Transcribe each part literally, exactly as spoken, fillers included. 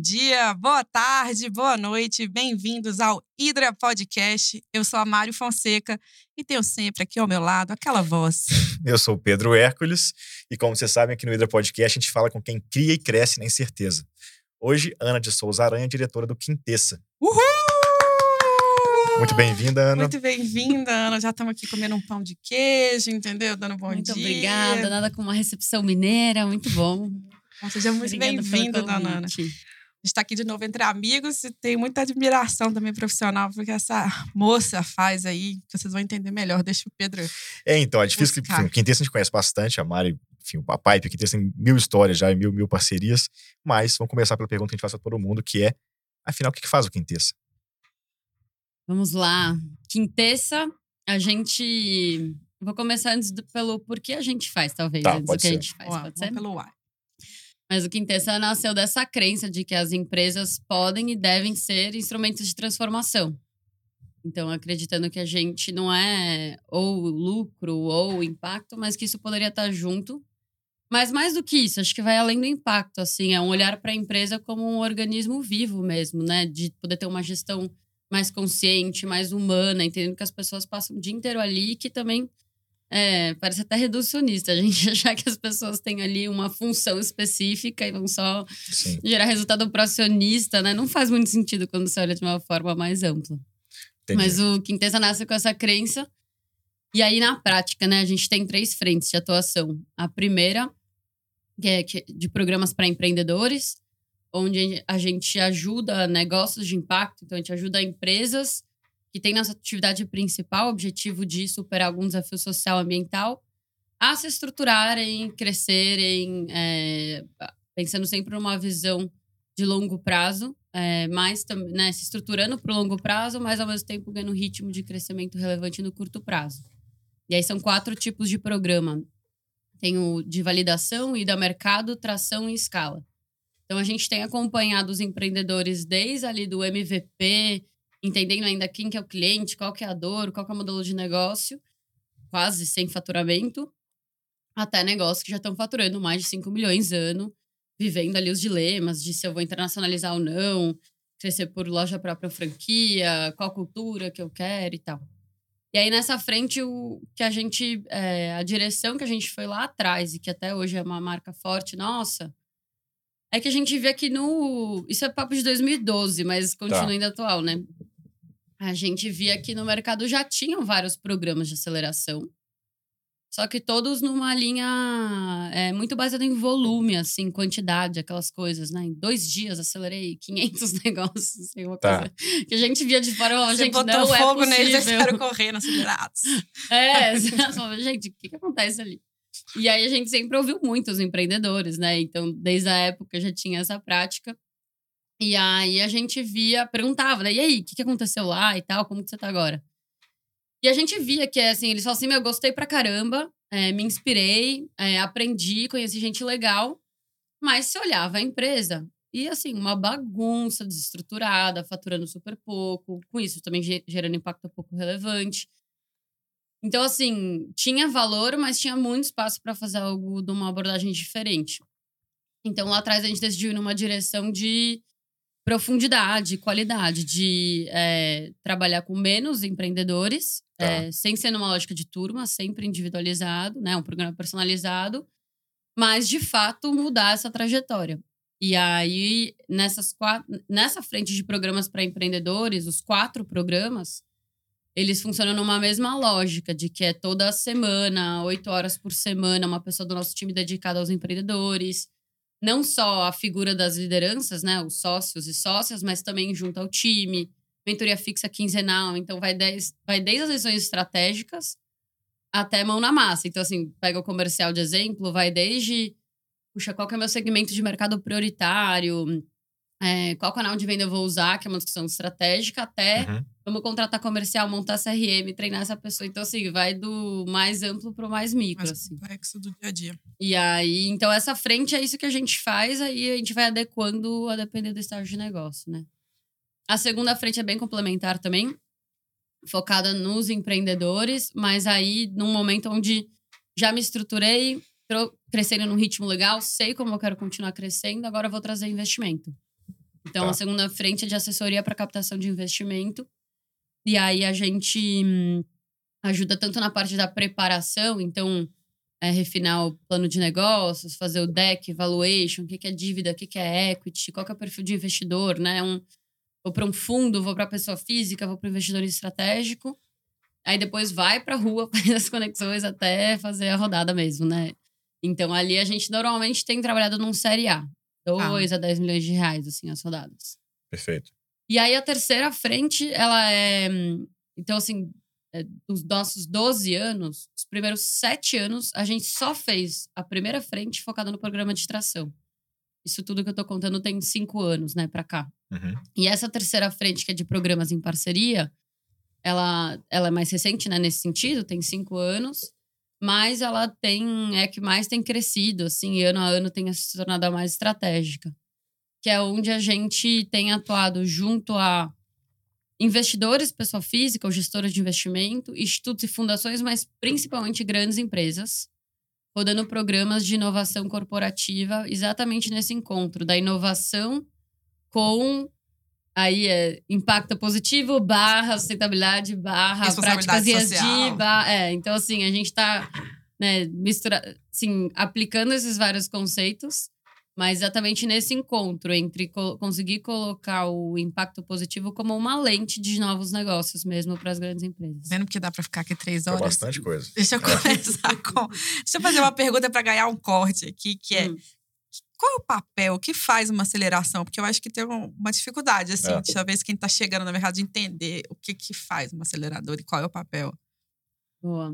dia, boa tarde, boa noite, bem-vindos ao Hydra Podcast. Eu sou a Mário Fonseca e tenho sempre aqui ao meu lado aquela voz. Eu sou o Pedro Hércules e, como vocês sabem, aqui no Hydra Podcast a gente fala com quem cria e cresce na incerteza. Hoje, Ana de Souza Aranha, diretora do Quintessa. Uhul! Muito bem-vinda, Ana. Muito bem-vinda, Ana. Já estamos aqui comendo um pão de queijo, entendeu? Dando bom muito dia. Muito obrigada. Nada com uma recepção mineira, muito bom. Bom, seja muito bem-vinda, dona Ana. A gente está aqui de novo entre amigos e tenho muita admiração também profissional porque essa moça faz aí, que vocês vão entender melhor. Deixa o Pedro. É, então, é difícil que o Quintessa a gente conhece bastante, a Mari, enfim, o papai, porque Quintessa tem mil histórias já e mil, mil parcerias, mas vamos começar pela pergunta que a gente faz para todo mundo, que é, afinal, o que, que faz o Quintessa? Vamos lá. Quintessa, a gente... Vou começar antes do, pelo porquê a gente faz, talvez, tá, antes pode do que ser. a gente faz. Ué, pode ser? Pelo ar. Mas o Quintessa nasceu dessa crença de que as empresas podem e devem ser instrumentos de transformação. Então, acreditando que a gente não é ou lucro ou impacto, mas que isso poderia estar junto. Mas mais do que isso, acho que vai além do impacto, assim, é um olhar para a empresa como um organismo vivo mesmo, né? De poder ter uma gestão mais consciente, mais humana, entendendo que as pessoas passam o dia inteiro ali e que também... É, parece até reducionista a gente achar que as pessoas têm ali uma função específica e vão só Sim. gerar resultado para acionista, né? Não faz muito sentido quando você olha de uma forma mais ampla. Entendi. Mas o Quintessa nasce com essa crença. E aí, na prática, né, a gente tem três frentes de atuação. A primeira, que é de programas para empreendedores, onde a gente ajuda negócios de impacto. Então, a gente ajuda empresas que tem na sua atividade principal o objetivo de superar algum desafio social e ambiental, a se estruturarem, crescerem, é, pensando sempre numa visão de longo prazo, é, mas né, se estruturando para o longo prazo, mas ao mesmo tempo ganhando um ritmo de crescimento relevante no curto prazo. E aí são quatro tipos de programa. Tem o de validação, ida ao mercado, tração e escala. Então a gente tem acompanhado os empreendedores desde ali do M V P, entendendo ainda quem que é o cliente, qual que é a dor, qual que é o modelo de negócio, quase sem faturamento, até negócios que já estão faturando mais de cinco milhões ano, vivendo ali os dilemas de se eu vou internacionalizar ou não, crescer por loja própria ou franquia, qual cultura que eu quero e tal. E aí, nessa frente, o que a gente... É, a direção que a gente foi lá atrás e que até hoje é uma marca forte, nossa... É que a gente vê aqui no... Isso é papo de dois mil e doze, mas continua Tá. ainda atual, né? A gente via que no mercado já tinham vários programas de aceleração. Só que todos numa linha é, muito baseada em volume, assim, quantidade, aquelas coisas, né? Em dois dias acelerei quinhentos negócios, assim, uma Tá. coisa que a gente via de fora, a Você gente botou não fogo é neles e possível. ficaram correndo acelerados. É, gente, o que, que acontece ali? E aí a gente sempre ouviu muito os empreendedores, né? Então, desde a época já tinha essa prática. E aí a gente via, perguntava, né? E aí, o que, que aconteceu lá e tal? Como que você tá agora? E a gente via que, assim, eles falavam assim, meu, eu gostei pra caramba, é, me inspirei, é, aprendi, conheci gente legal. Mas se olhava a empresa, e assim, uma bagunça desestruturada, faturando super pouco. Com isso também gerando impacto pouco relevante. Então, assim, tinha valor, mas tinha muito espaço para fazer algo de uma abordagem diferente. Então, lá atrás, a gente decidiu ir numa direção de profundidade, qualidade, de é, trabalhar com menos empreendedores, Tá. é, sem ser numa lógica de turma, sempre individualizado, né? Um programa personalizado, mas, de fato, mudar essa trajetória. E aí, nessas quatro, nessa frente de programas para empreendedores, os quatro programas, eles funcionam numa mesma lógica, de que é toda semana, oito horas por semana, uma pessoa do nosso time dedicada aos empreendedores. Não só a figura das lideranças, né, os sócios e sócias, mas também junto ao time, mentoria fixa quinzenal. Então, vai desde, vai desde as lições estratégicas até mão na massa. Então, assim, pega o comercial de exemplo, vai desde, puxa, qual que é o meu segmento de mercado prioritário, é, qual canal de venda eu vou usar, que é uma discussão estratégica, até Uhum. vamos contratar comercial, montar C R M, treinar essa pessoa. Então, assim, vai do mais amplo pro mais micro, Mais assim. complexo do dia a dia. E aí, então, essa frente é isso que a gente faz, aí a gente vai adequando a depender do estágio de negócio, né? A segunda frente é bem complementar também, focada nos empreendedores, mas aí num momento onde já me estruturei, crescendo num ritmo legal, sei como eu quero continuar crescendo, agora eu vou trazer investimento. Então, Tá. a segunda frente é de assessoria para captação de investimento. E aí, a gente hum, ajuda tanto na parte da preparação. Então, é refinar o plano de negócios, fazer o deck, valuation, o que que é dívida, o que que é equity, qual que é o perfil de investidor, né? Um, vou para um fundo, vou para pessoa física, vou para o investidor estratégico. Aí, depois vai para a rua, faz as conexões até fazer a rodada mesmo, né? Então, ali a gente normalmente tem trabalhado num série A. dois Ah. a dez milhões de reais, assim, as rodadas. Perfeito. E aí, a terceira frente, ela é... Então, assim, é, dos nossos doze anos, os primeiros sete anos, a gente só fez a primeira frente focada no programa de tração. Isso tudo que eu tô contando tem cinco anos, né, pra cá. Uhum. E essa terceira frente, que é de programas em parceria, ela, ela é mais recente, né, nesse sentido, tem cinco anos. Mas ela tem, é que mais tem crescido, assim, ano a ano tem se tornado a mais estratégica. Que é onde a gente tem atuado junto a investidores, pessoa física ou gestores de investimento, institutos e fundações, mas principalmente grandes empresas, rodando programas de inovação corporativa exatamente nesse encontro da inovação com aí é impacto positivo barra sustentabilidade barra práticas E S G barra, é, então assim a gente tá, né, mistura, assim, aplicando esses vários conceitos, mas exatamente nesse encontro entre co- conseguir colocar o impacto positivo como uma lente de novos negócios mesmo para as grandes empresas. Vendo que dá pra ficar aqui três É horas. bastante coisa. Deixa eu começar com. Deixa eu fazer uma pergunta pra ganhar um corte aqui, que é. Hum. Qual é o papel? O que faz uma aceleração? Porque eu acho que tem um- uma dificuldade, assim, É. de talvez quem tá chegando no mercado de entender o que que faz uma aceleradora e qual é o papel. Boa.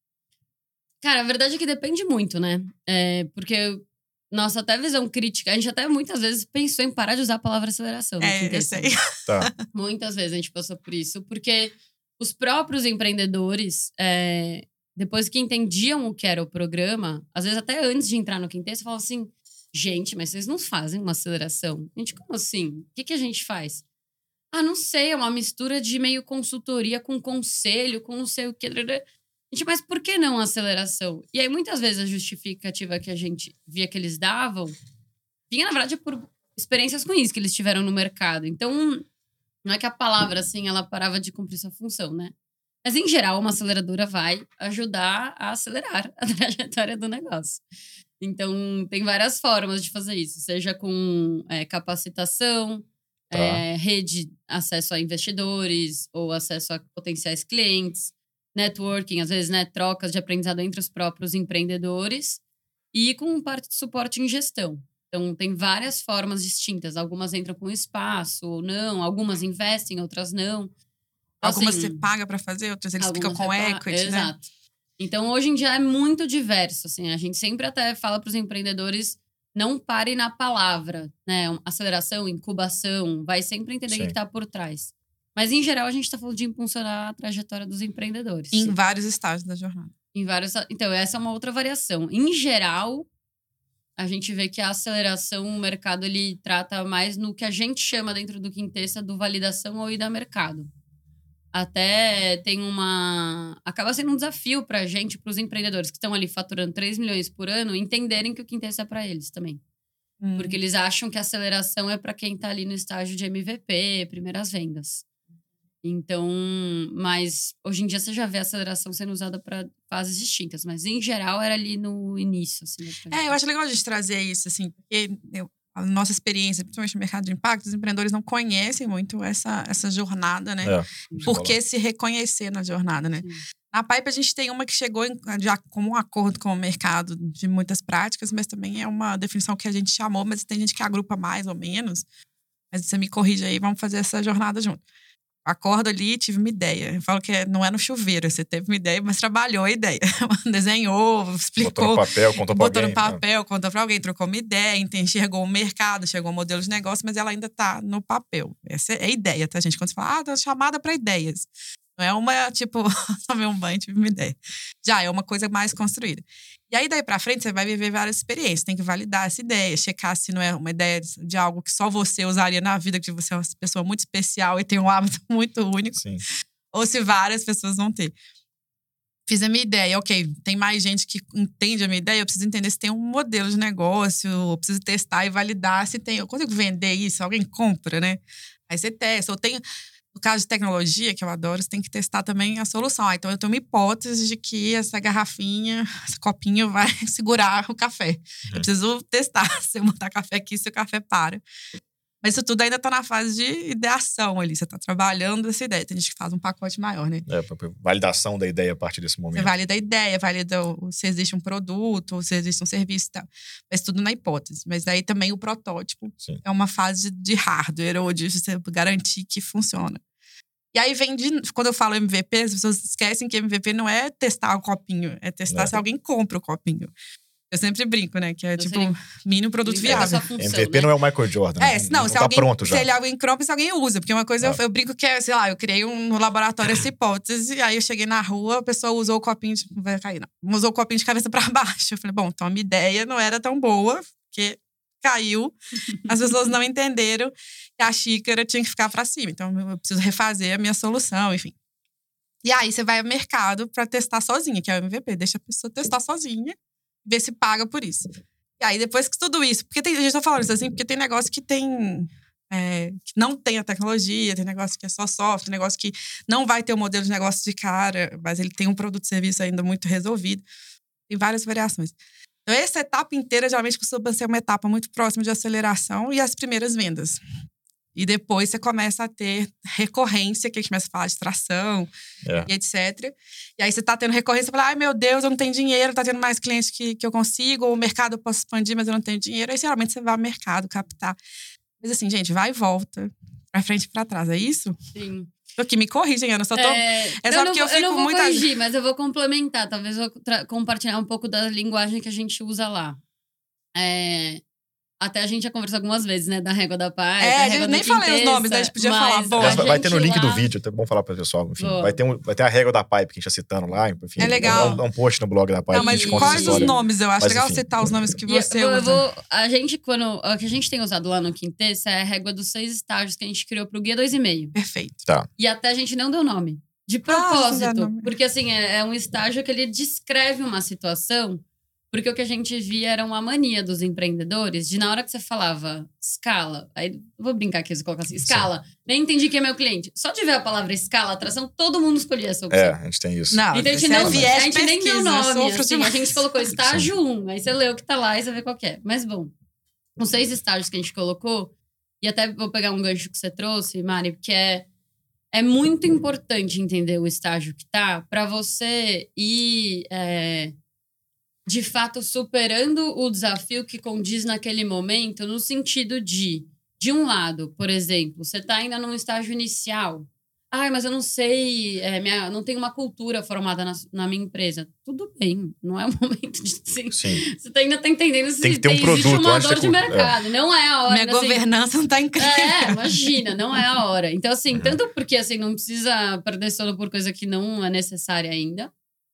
Cara, a verdade é que depende muito, né? É, porque nossa até visão crítica, a gente até muitas vezes pensou em parar de usar a palavra aceleração. É, eu Quintessa. sei. Tá. Muitas vezes a gente passou por isso, porque os próprios empreendedores, é, depois que entendiam o que era o programa, às vezes até antes de entrar no Quintessa, falavam assim, gente, mas vocês não fazem uma aceleração? Gente, como assim? O que, que a gente faz? Ah, não sei, é uma mistura de meio consultoria com conselho, com não sei o quê. Gente, mas por que não aceleração? E aí, muitas vezes, a justificativa que a gente via que eles davam vinha, na verdade, por experiências ruins que eles tiveram no mercado. Então, não é que a palavra, assim, ela parava de cumprir sua função, né? Mas, em geral, uma aceleradora vai ajudar a acelerar a trajetória do negócio. Então, tem várias formas de fazer isso. Seja com é, capacitação, Tá. é, rede, acesso a investidores ou acesso a potenciais clientes, networking, às vezes, né, trocas de aprendizado entre os próprios empreendedores e com parte de suporte em gestão. Então, tem várias formas distintas. Algumas entram com espaço ou não, algumas investem, outras não. Então, Algumas assim, você paga pra fazer, outras eles ficam algumas com você pa- equity, né? Exato. Então, hoje em dia é muito diverso, assim. A gente sempre até fala para os empreendedores não parem na palavra, né? Aceleração, incubação, vai sempre entender o Sim. que está por trás. Mas, em geral, a gente está falando de impulsionar a trajetória dos empreendedores. Em vários estágios da jornada. Em vários... Então, essa é uma outra variação. Em geral, a gente vê que a aceleração, o mercado, ele trata mais no que a gente chama dentro do Quintessa do validação ou ida mercado. Até tem uma... Acaba sendo um desafio pra gente, pros empreendedores que estão ali faturando três milhões por ano, entenderem que o Quintessa é pra eles também. Hum. Porque eles acham que a aceleração é pra quem tá ali no estágio de M V P, primeiras vendas. Então, mas hoje em dia você já vê a aceleração sendo usada para fases distintas, mas em geral era ali no início, assim. É, eu acho legal a gente trazer isso, assim, porque eu, a nossa experiência, principalmente no mercado de impacto, os empreendedores não conhecem muito essa, essa jornada, né? É, Por que se reconhecer na jornada, né? Sim. Na Pipe, a gente tem uma que chegou em, já como um acordo com o mercado de muitas práticas, mas também é uma definição que a gente chamou, mas tem gente que agrupa mais ou menos. Mas você me corrige aí, vamos fazer essa jornada junto. Acordo ali, tive uma ideia. Eu falo que é, não é no chuveiro, você teve uma ideia, mas trabalhou a ideia. Desenhou, explicou. Botou no papel, contou pra Botou alguém. no papel, contou pra alguém, trocou uma ideia, enxergou o mercado, chegou um modelo de negócio, mas ela ainda tá no papel. Essa é a ideia, tá, gente? Quando você fala, ah, tá chamada pra ideias. Não é uma, tipo, tomei um banho, tive uma ideia. Já é uma coisa mais construída. E aí, daí pra frente, você vai viver várias experiências. Tem que validar essa ideia, checar se não é uma ideia de algo que só você usaria na vida, que você é uma pessoa muito especial e tem um hábito muito único. Sim. Ou se várias pessoas vão ter. Fiz a minha ideia, ok, tem mais gente que entende a minha ideia, eu preciso entender se tem um modelo de negócio, eu preciso testar e validar se tem, eu consigo vender isso, alguém compra, né? Aí você testa, eu tenho, no caso de tecnologia, que eu adoro, você tem que testar também a solução. Ah, então eu tenho uma hipótese de que essa garrafinha, esse copinho vai segurar o café. Uhum. Eu preciso testar se eu botar café aqui, se o café para. Mas isso tudo ainda tá na fase de ideação ali. Você tá trabalhando essa ideia. Tem gente que faz um pacote maior, né? É, validação da ideia a partir desse momento. Você valida a ideia, valida se existe um produto, ou se existe um serviço e tal. Mas tudo na hipótese. Mas aí também o protótipo Sim. é uma fase de hardware, ou de você garantir que funciona. E aí vem de… Quando eu falo M V P, as pessoas esquecem que M V P não é testar o copinho. É testar é. se alguém compra o copinho. Eu sempre brinco, né? Que é, eu tipo, mínimo produto viável. Função, M V P né? Não é o Michael Jordan. É, não, não se tá alguém, pronto já. Se ele alguém compra, se alguém usa. Porque uma coisa, ah. eu, eu brinco que é, sei lá, eu criei um, no laboratório essa hipótese, e aí eu cheguei na rua, a pessoa usou o copinho de… Não vai cair, não. Usou o copinho de cabeça pra baixo. Eu falei, bom, então a minha ideia não era tão boa, porque caiu. As pessoas não entenderam que a xícara tinha que ficar pra cima. Então eu preciso refazer a minha solução, enfim. E aí você vai ao mercado pra testar sozinha, que é o M V P. Deixa a pessoa testar sozinha. Ver se paga por isso. E aí, depois que tudo isso… Porque tem, a gente tá falando isso assim, porque tem negócio que tem… É, que não tem a tecnologia, tem negócio que é só software, tem negócio que não vai ter o modelo de negócio de cara, mas ele tem um produto e serviço ainda muito resolvido. Tem várias variações. Então, essa etapa inteira, geralmente, costuma ser uma etapa muito próxima de aceleração e as primeiras vendas. E depois você começa a ter recorrência, que a gente começa a falar de tração é. e etcétera. E aí você tá tendo recorrência, você fala, ai meu Deus, eu não tenho dinheiro, tá tendo mais clientes que, que eu consigo, ou o mercado eu posso expandir, mas eu não tenho dinheiro. Aí, geralmente, você vai ao mercado captar. Mas assim, gente, vai e volta, pra frente e pra trás, é isso? Sim. Tô aqui, me corrigem, Ana, só tô… É, é só porque eu fico muito… Eu não vou muita... corrigir, mas eu vou complementar. Talvez eu vou compartilhar um pouco da linguagem que a gente usa lá. É… Até a gente já conversou algumas vezes, né? Da régua da paz. É, a gente nem falei os nomes, né? A gente podia falar. Bom, vai, vai ter no link lá... do vídeo, é bom falar para o pessoal. Enfim, vai, ter um, vai ter a régua da Pipe que a gente está citando lá. Enfim, é legal. Dá um, um post no blog da Pipe. Não, mas quais os nomes? Eu acho mas, legal enfim. citar os nomes que você eu, usa. Eu vou, a gente, quando… O que a gente tem usado lá no Quintessa é a régua dos seis estágios que a gente criou pro Guia dois e meio. Perfeito. Tá. E até a gente não deu nome. De propósito. Ah, porque, assim, é, é um estágio que ele descreve uma situação… Porque o que a gente via era uma mania dos empreendedores de na hora que você falava escala, aí vou brincar aqui, eu vou colocar assim, escala, Sim. nem entendi quem é meu cliente. Só de ver a palavra escala, atração, todo mundo escolhia essa opção. É, a gente tem isso. Não, então a gente, não, é a gente nem deu nome, assim, de a gente colocou estágio um, aí você lê o que tá lá e você vê qual que é. Mas bom, os seis estágios que a gente colocou, e até vou pegar um gancho que você trouxe, Mari, porque é, é muito importante entender o estágio que tá pra você ir… É, de fato, superando o desafio que condiz naquele momento, no sentido de, de um lado, por exemplo, você está ainda num estágio inicial. Ai, mas eu não sei, é, minha, não tenho uma cultura formada na, na minha empresa. Tudo bem, não é o momento de… Sim, Sim. Você ainda está entendendo se tem que ter um existe produto, uma dor de, de mercado. É. Não é a hora. Minha assim, governança não está incrível. É, imagina, não é a hora. Então, assim, tanto porque assim, não precisa perder sono por coisa que não é necessária ainda,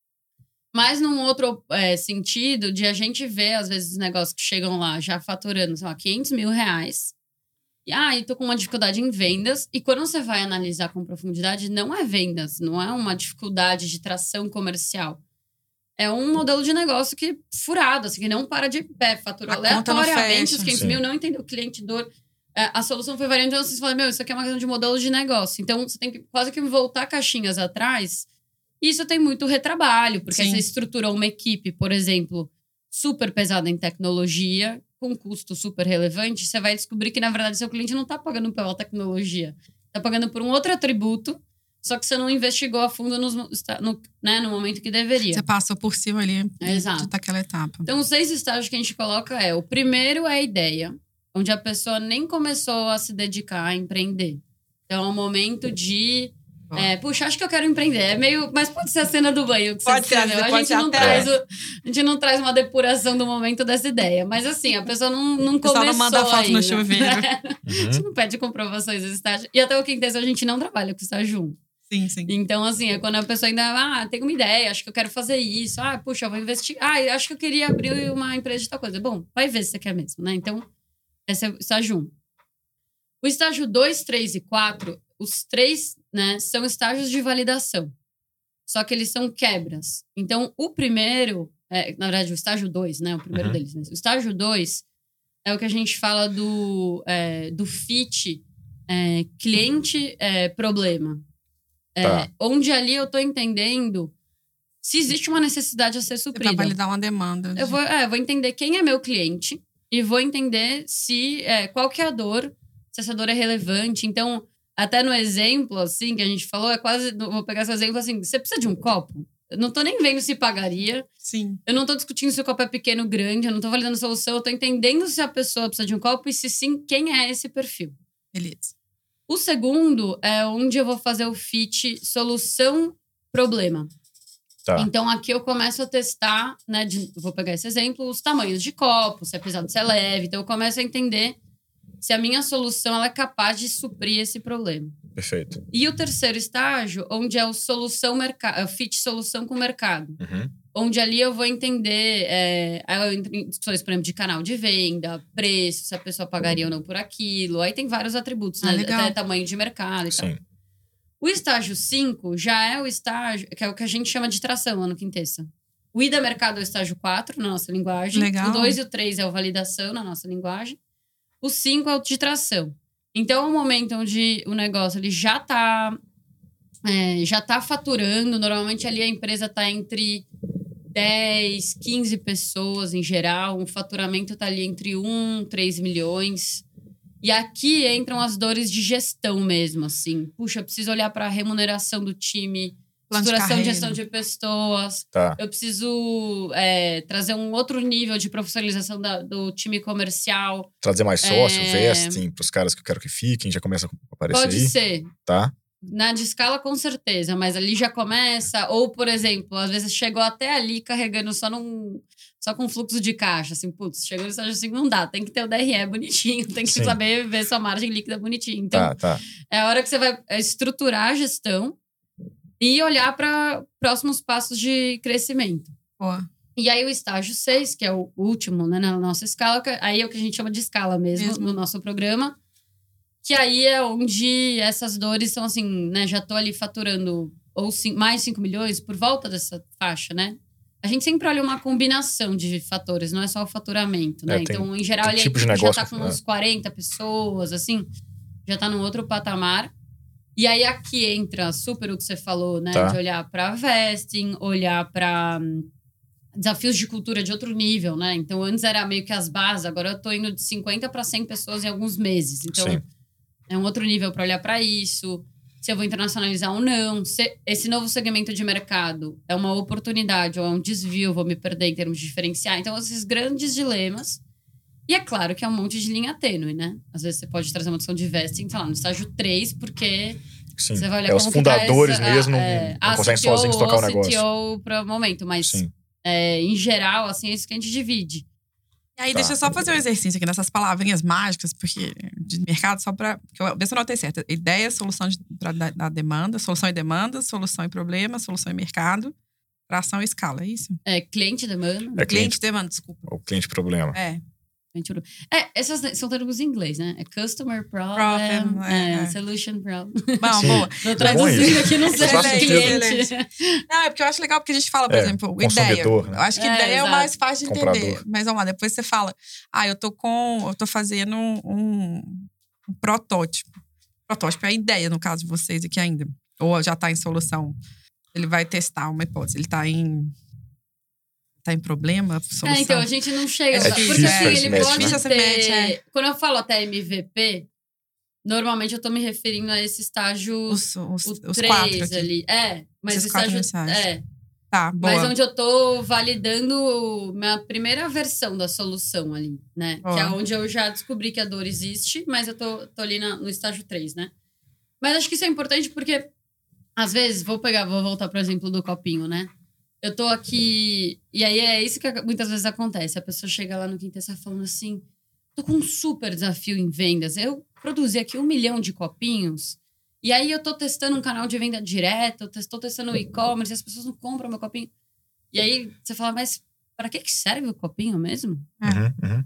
mas num outro é, sentido, de a gente ver, às vezes, os negócios que chegam lá já faturando, sei lá, quinhentos mil reais. E, ah, eu tô com uma dificuldade em vendas. E quando você vai analisar com profundidade, não é vendas, não é uma dificuldade de tração comercial. É um modelo de negócio que furado, assim, que não para de pé, faturou aleatoriamente os quinhentos mil, não entendeu o cliente dor. É, a solução foi variando, então vocês falam, meu, isso aqui é uma questão de modelo de negócio. Então, você tem que quase que voltar caixinhas atrás. Isso tem muito retrabalho, porque Sim. você estruturou uma equipe, por exemplo, super pesada em tecnologia, com custo super relevante, você vai descobrir que, na verdade, seu cliente não está pagando pela tecnologia. Está pagando por um outro atributo, só que você não investigou a fundo nos, no, né, no momento que deveria. Você passou por cima ali é, exato. daquela etapa. Então, os seis estágios que a gente coloca é... O primeiro é a ideia, onde a pessoa nem começou a se dedicar a empreender. Então, é um momento de... É, puxa, acho que eu quero empreender. É meio, mas pode ser a cena do banho que pode você ser, a gente não traz o, a gente não traz uma depuração do momento dessa ideia. Mas assim, a pessoa não, não começou não manda foto ainda. No chuveiro. Uhum. A gente não pede comprovações desse estágio. E até o Quintessa a gente não trabalha com estágio um. Sim, sim. Então, assim, é quando a pessoa ainda, ah, tem uma ideia, acho que eu quero fazer isso. Ah, puxa, eu vou investir. Ah, acho que eu queria abrir uma empresa de tal coisa. Bom, vai ver se você quer mesmo, né? Então, esse é o estágio um. O estágio dois, três e quatro, os três, né, são estágios de validação. só que eles são quebras. Então, o primeiro, é, na verdade, o estágio dois, né? O primeiro Uhum. deles. Mas o estágio dois é o que a gente fala do, é, do fit é, cliente-problema. É, Tá. onde ali eu tô entendendo se existe uma necessidade a ser Para suprida. validar uma demanda. Eu vou, é, eu vou entender quem é meu cliente e vou entender se é, qual que é a dor, se essa dor é relevante. Então, até no exemplo, assim, que a gente falou, é quase... Vou pegar esse exemplo assim, você precisa de um copo? Eu não tô nem vendo se pagaria. Sim. Eu não tô discutindo se o copo é pequeno ou grande. Eu não tô validando solução. Eu tô entendendo se a pessoa precisa de um copo e se sim, quem é esse perfil. Beleza. O segundo é onde eu vou fazer o fit solução-problema. Tá. Então, aqui eu começo a testar, né? De, vou pegar esse exemplo, os tamanhos de copo, se é pesado, se é leve. Então, eu começo a entender se a minha solução ela é capaz de suprir esse problema. Perfeito. E o terceiro estágio, onde é o solução mercado, o fit solução com o mercado. Uhum. Onde ali eu vou entender, é, aí eu entro em discussões, por exemplo, de canal de venda, preço, se a pessoa pagaria ou não por aquilo. Aí tem vários atributos, Ah, né? legal. Até tamanho de mercado e tal. Sim. O estágio cinco já é o estágio, que é o que a gente chama de tração lá no Quintessa. O ida mercado é o estágio quatro na nossa linguagem. Legal. O dois e o três é o validação na nossa linguagem. O cinco é o de tração. Então, é um momento onde o negócio ele já está é, já tá faturando. Normalmente, ali a empresa está entre dez, quinze pessoas em geral. O faturamento está ali entre um, três milhões. E aqui entram as dores de gestão mesmo, assim. Puxa, eu preciso olhar para a remuneração do time, Plano de estruturação de carreira. gestão de pessoas. Tá. Eu preciso é, trazer um outro nível de profissionalização da- do time comercial. Trazer mais sócio, É. vesting pros caras que eu quero que fiquem, já começa a aparecer Pode aí. ser. Tá. Na de escala, com certeza, mas ali já começa. Ou, por exemplo, às vezes chegou até ali carregando só num. Só com fluxo de caixa, assim, putz, chegou no estágio assim, não dá, tem que ter o D R E bonitinho, tem que Sim. saber ver sua margem líquida bonitinho. Então, Tá, tá. é a hora que você vai estruturar a gestão e olhar para próximos passos de crescimento. Pô. E aí o estágio seis, que é o último, né, na nossa escala, que aí é o que a gente chama de escala mesmo, Mesmo. no nosso programa. Que aí é onde essas dores são assim, né? Já tô ali faturando ou cin- mais cinco milhões por volta dessa faixa, né? A gente sempre olha uma combinação de fatores, não é só o faturamento, né? É, tem- então, em geral, tem ali tipo a de equipe já negócio, tá com né? uns quarenta pessoas, assim, já tá num outro patamar. E aí aqui entra super o que você falou, né? Tá. De olhar para vesting, olhar para desafios de cultura de outro nível, né? Então, antes era meio que as bases, agora eu tô indo de cinquenta para cem pessoas em alguns meses. Então, Sim. é um outro nível para olhar para isso. Se eu vou internacionalizar ou não. Se esse novo segmento de mercado é uma oportunidade ou é um desvio, eu vou me perder em termos de diferenciar. Então, esses grandes dilemas. E é claro que é um monte de linha tênue, né? Às vezes você pode trazer uma discussão de vesting, sei lá, no estágio três, porque Sim. você vai olhar É, os como que tá fundadores essa- mesmo não, é, não a conseguem C T O sozinhos tocar o ou negócio. C T O para o momento. Mas, Sim. é, em geral, assim, é isso que a gente divide. E aí, Tá. deixa eu só fazer um exercício aqui nessas palavrinhas mágicas, porque de mercado, só para. Ver se eu notei certo. Ideia, solução de, pra, da, da demanda, solução e demanda, solução e problema, solução e mercado, tração e escala, é isso? É, cliente demanda. É Cliente cliente, e demanda, desculpa. o cliente problema. É. É, essas são termos em inglês, né? É customer problem, Problem, é, é, é. solution problem. Bom, Sim. boa. Tô bom traduzindo isso. aqui no Faz certo sentido. cliente. Não, é porque eu acho legal, porque a gente fala, por É, exemplo, ideia. consumidor, né? Eu acho que É, ideia é o exato. mais fácil de entender. Comprador. Mas vamos lá, depois você fala, ah, eu tô com. Eu tô fazendo um, um protótipo. Protótipo é a ideia, no caso de vocês aqui ainda. Ou já tá em solução. Ele vai testar uma hipótese. Ele tá em. Tá em problema, solução. É, então, a gente não chega. É Porque difícil assim, esse ele match, pode né? Difícil esse ter. match, é. Quando eu falo até M V P, normalmente eu tô me referindo a esse estágio. Os, os, o os três quatro aqui. ali. É, mas Esses o quatro estágio. iniciais. É. Tá, boa. Mas onde eu tô validando minha primeira versão da solução ali, né? Ó. Que é onde eu já descobri que a dor existe, mas eu tô, tô ali na- no estágio três, né? Mas acho que isso é importante porque, às vezes, vou pegar, vou voltar pro exemplo do copinho, né? Eu tô aqui. E aí é isso que muitas vezes acontece. A pessoa chega lá no Quintessa falando assim: tô com um super desafio em vendas. Eu produzi aqui um milhão de copinhos. E aí eu tô testando um canal de venda direta, eu tô testando o e-commerce, e as pessoas não compram meu copinho. E aí você fala, mas para que que serve o copinho mesmo? Uhum, uhum. Ah,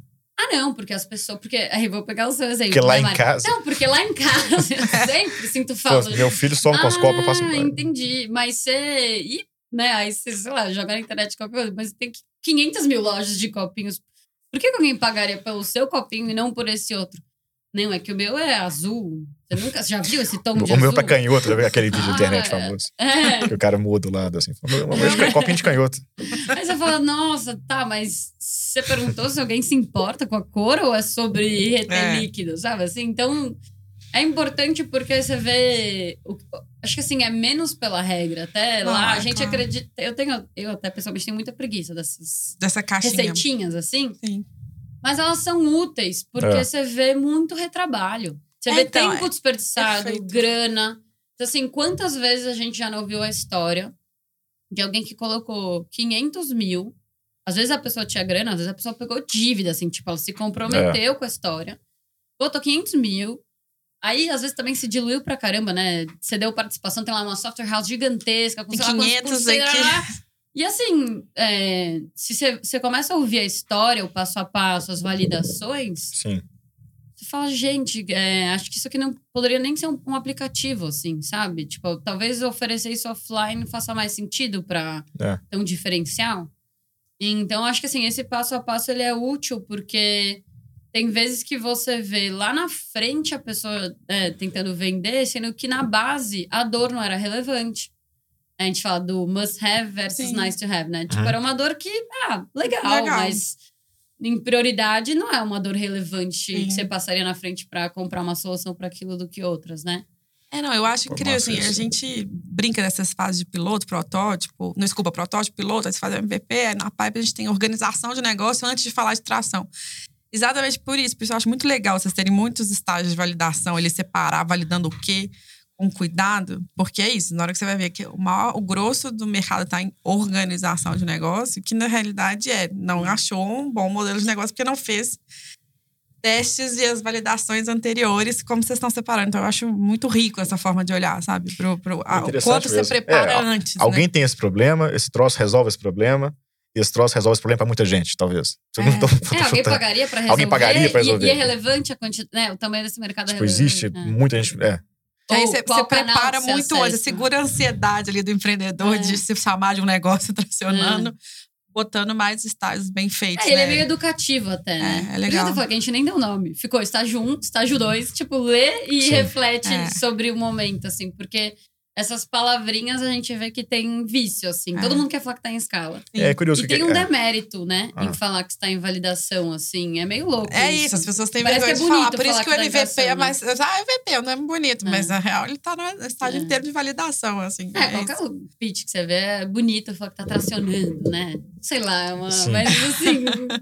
Ah, não, porque as pessoas... Porque aí vou pegar o seu exemplo. Porque lá né, em Mari? casa... Não, porque lá em casa eu sempre sinto falta. Pô, meu filho some com as copas, eu faço... Ah, entendi. Mas você... E, né, aí você, sei lá, joga na internet qualquer coisa, mas tem quinhentas mil lojas de copinhos. Por que, que alguém pagaria pelo seu copinho e não por esse outro? Não, é que o meu é azul. Você nunca você já viu esse tom de o azul? O meu tá canhoto, aquele vídeo Ah, da internet é. famoso. É. Que o cara muda do lado, assim. O meu, o meu é copinho de canhoto. Aí você fala, nossa, tá, mas você perguntou se alguém se importa com a cor ou é sobre reter É. líquido, sabe? Assim, então, é importante porque você vê... o- acho que assim, é menos pela regra. Até Não, lá, a é gente claro. acredita... Eu tenho, eu até pessoalmente tenho muita preguiça dessas Dessa caixinha. receitinhas, assim. Sim. Mas elas são úteis, porque É. você vê muito retrabalho. Você É, vê então, tempo é. desperdiçado, Perfeito. grana. Então, assim, quantas vezes a gente já não ouviu a história de alguém que colocou quinhentos mil. Às vezes a pessoa tinha grana, às vezes a pessoa pegou dívida, assim, tipo, ela se comprometeu com a história. Botou quinhentos mil. Aí, às vezes, também se diluiu pra caramba, né? Você deu participação, tem lá uma software house gigantesca, com Tem sei lá quantos quinhentos por cento, aqui. lá. E assim, é, se você- você começa a ouvir a história, o passo a passo, as validações, Sim. você fala, gente, é, acho que isso aqui não poderia nem ser um, um aplicativo, assim, sabe? Tipo, talvez oferecer isso offline faça mais sentido pra É. ter um diferencial. Então, acho que assim, esse passo a passo ele é útil porque tem vezes que você vê lá na frente a pessoa é, tentando vender, sendo que na base a dor não era relevante. A gente fala do must have versus Sim. nice to have, né? Tipo, Uhum. era uma dor que, ah, legal, Legal. mas em prioridade não é uma dor relevante Sim. que você passaria na frente pra comprar uma solução para aquilo do que outras, né? É, não, eu acho Pô, incrível, massa assim, a isso. gente brinca dessas fases de piloto, protótipo, não, desculpa, protótipo, piloto, aí você faz o M V P, na Pipe a gente tem organização de negócio antes de falar de tração. Exatamente por isso, por isso eu acho muito legal vocês terem muitos estágios de validação, ele separar, validando o quê, com cuidado, porque é isso, na hora que você vai ver que o, maior, o grosso do mercado está em organização de negócio, que na realidade é, não achou um bom modelo de negócio porque não fez testes e as validações anteriores, como vocês estão separando. Então, eu acho muito rico essa forma de olhar, sabe? Pro, pro, a, o Interessante quanto você mesmo. prepara É, antes, Alguém né? tem esse problema, esse troço resolve esse problema, e esse troço resolve esse problema pra muita gente, talvez. Eu É. não tô- É, tô alguém chutando. pagaria pra resolver. Alguém pagaria pra e- resolver. E, é relevante a quantidade, né? O tamanho desse mercado Tipo, é relevante. existe é. muita gente... É. Que aí Ou você, qual você canal prepara que você muito antes, acessa. segura a ansiedade ali do empreendedor É. de se chamar de um negócio tracionando, botando mais estágios bem feitos, É, ele né? é meio educativo até, né? É, é legal. Por isso que eu falei que a gente nem deu nome. Ficou estágio um, estágio dois, tipo, lê e Sim. reflete É. sobre o momento, assim. Porque essas palavrinhas a gente vê que tem vício, assim. É. Todo mundo quer falar que tá em escala. Sim. É curioso E que... tem um é. demérito, né? Ah. Em falar que está em validação, assim. É meio louco É isso, as pessoas têm Parece vergonha que é de falar. bonito Por isso falar que o que tá em M V P é validação, mais... Ah, M V P não é bonito, É. mas na real ele tá no estágio É. inteiro de validação, assim. É, qualquer isso. pitch que você vê é bonito falar que tá tracionando, né? Sei lá, é uma... Sim. Mas assim...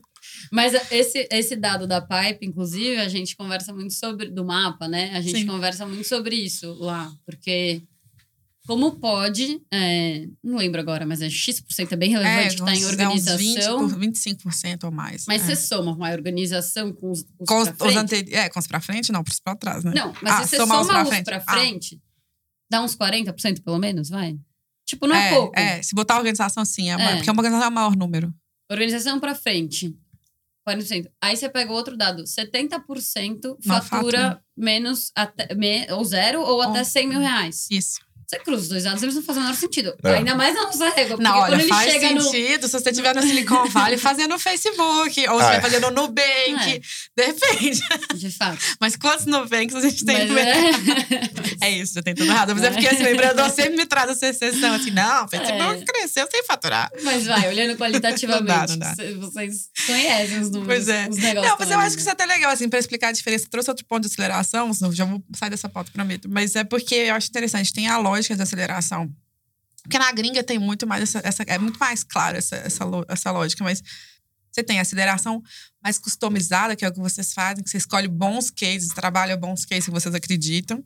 Mas esse, esse dado da Pipe, inclusive, a gente conversa muito sobre... Do mapa, né? A gente Sim. conversa muito sobre isso lá. Porque como pode... é, não lembro agora, mas é X% é bem relevante que tá em uns- organização. É uns vinte por, vinte e cinco por cento ou mais. Mas é. você soma uma organização com os, os Com os, pra os frente? anteri- É, com os pra frente, não, pros pra trás, né? Não, mas Ah, se você somar soma os pra os frente. pra Ah. frente, dá uns quarenta por cento pelo menos, vai? Tipo, não é, é, pouco. é, se botar a organização, sim, é, É. maior, porque uma organização é o maior número. Organização pra frente, quarenta por cento. Aí você pega o outro dado, setenta por cento Não fatura fatura. menos, até, me, ou zero, ou até Ou- cem mil reais. Isso. Você cruza os dois dados, eles não fazem o menor sentido. É. Ainda mais na nossa régua. Porque Não, quando olha, ele faz chega no... sentido se você estiver no Silicon Valley fazendo no Facebook, ou se Ah, estiver é. fazendo no Nubank, É. de repente. De fato. Mas quantos Nubanks a gente tem Mas no mercado? é... É isso, já tem tudo errado. Mas é porque esse empreendedor sempre me traz essa exceção, assim, não, o Facebook É. cresceu sem faturar. Mas vai, olhando qualitativamente. Não dá, não dá. cê- Vocês conhecem os números, Pois é. os negócios. Não, mas eu também, acho que isso é até legal, assim, pra explicar a diferença. Trouxe outro ponto de aceleração, já vou sair dessa pauta, prometo. Mas é porque eu acho interessante, tem a lógica de aceleração. Porque na gringa tem muito mais essa, essa é muito mais claro essa, essa, lo- essa lógica, mas você tem a aceleração mais customizada, que é o que vocês fazem, que você escolhe bons cases, trabalha bons cases que vocês acreditam.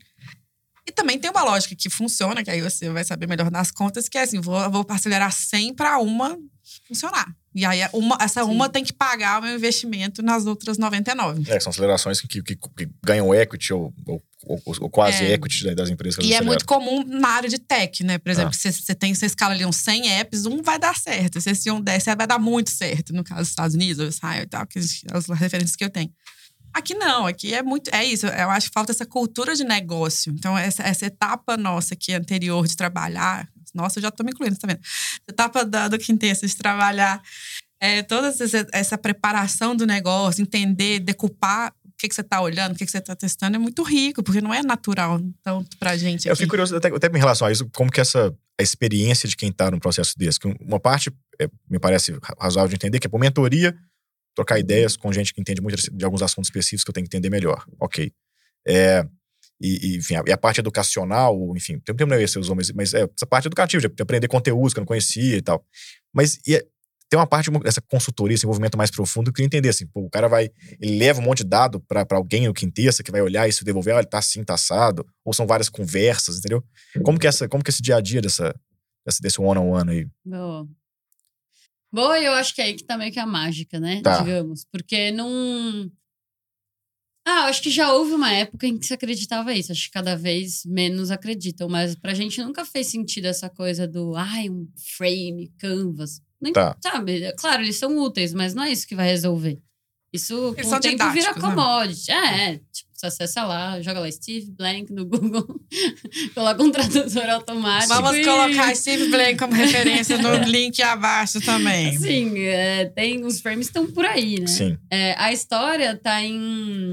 E também tem uma lógica que funciona, que aí você vai saber melhor das contas, que é assim, vou, vou acelerar cem para uma funcionar. E aí uma, essa Sim. uma tem que pagar o meu investimento nas outras noventa e nove. É, são acelerações que, que, que ganham equity ou, ou o, o quase É. equity das empresas que E é aceleram. muito comum na área de tech, né? Por exemplo, Ah. você, você tem, você escala ali uns cem apps, um vai dar certo. Se esse um der, vai dar muito certo. No caso dos Estados Unidos, ou Israel e tal, que as referências que eu tenho. Aqui não, aqui é muito. É isso, eu acho que falta essa cultura de negócio. Então, essa, essa etapa nossa aqui anterior de trabalhar. Nossa, eu já tô me incluindo, tá vendo? Essa etapa da, do Quintessa de trabalhar, é, toda essa, essa preparação do negócio, entender, decupar o que, que você tá olhando, o que, que você tá testando, é muito rico, porque não é natural tanto pra gente. Eu aqui. fico curioso até, até em relação a isso, como que essa a experiência de quem tá num processo desse. Que uma parte é, me parece razoável de entender, que é por mentoria, trocar ideias com gente que entende muito de alguns assuntos específicos que eu tenho que entender melhor. Ok. É, e, e, enfim, a, e a parte educacional, enfim, tem um termo não é esse que você usou, mas, mas é essa parte educativa, de aprender conteúdos que eu não conhecia e tal. Mas e é, tem uma parte dessa consultoria, esse envolvimento mais profundo, que eu queria entender, assim, pô, o cara vai, ele leva um monte de dado pra, pra alguém no Quintessa, que vai olhar e se devolver, olha, ele tá assim, tá assado, ou são várias conversas, entendeu? Como que, essa, como que esse dia a dia dessa, desse, desse one-on-one aí? Boa. Boa, eu acho que é aí que tá meio que a mágica, né? Tá. Digamos. Porque não... Ah, eu acho que já houve uma época em que se acreditava isso. Acho que cada vez menos acreditam. Mas pra gente nunca fez sentido essa coisa do... Ai, um frame, canvas. Nem, Tá. Sabe? Claro, eles são úteis, mas não é isso que vai resolver. Isso, Eles com são o tempo, vira didáticos, né? commodity. É, é. Tipo, você acessa lá, joga lá Steve Blank no Google, coloca um tradutor automático. Vamos e... colocar Steve Blank como referência no link abaixo também. Sim, é, tem os frames estão por aí, né? Sim. É, a história tá em,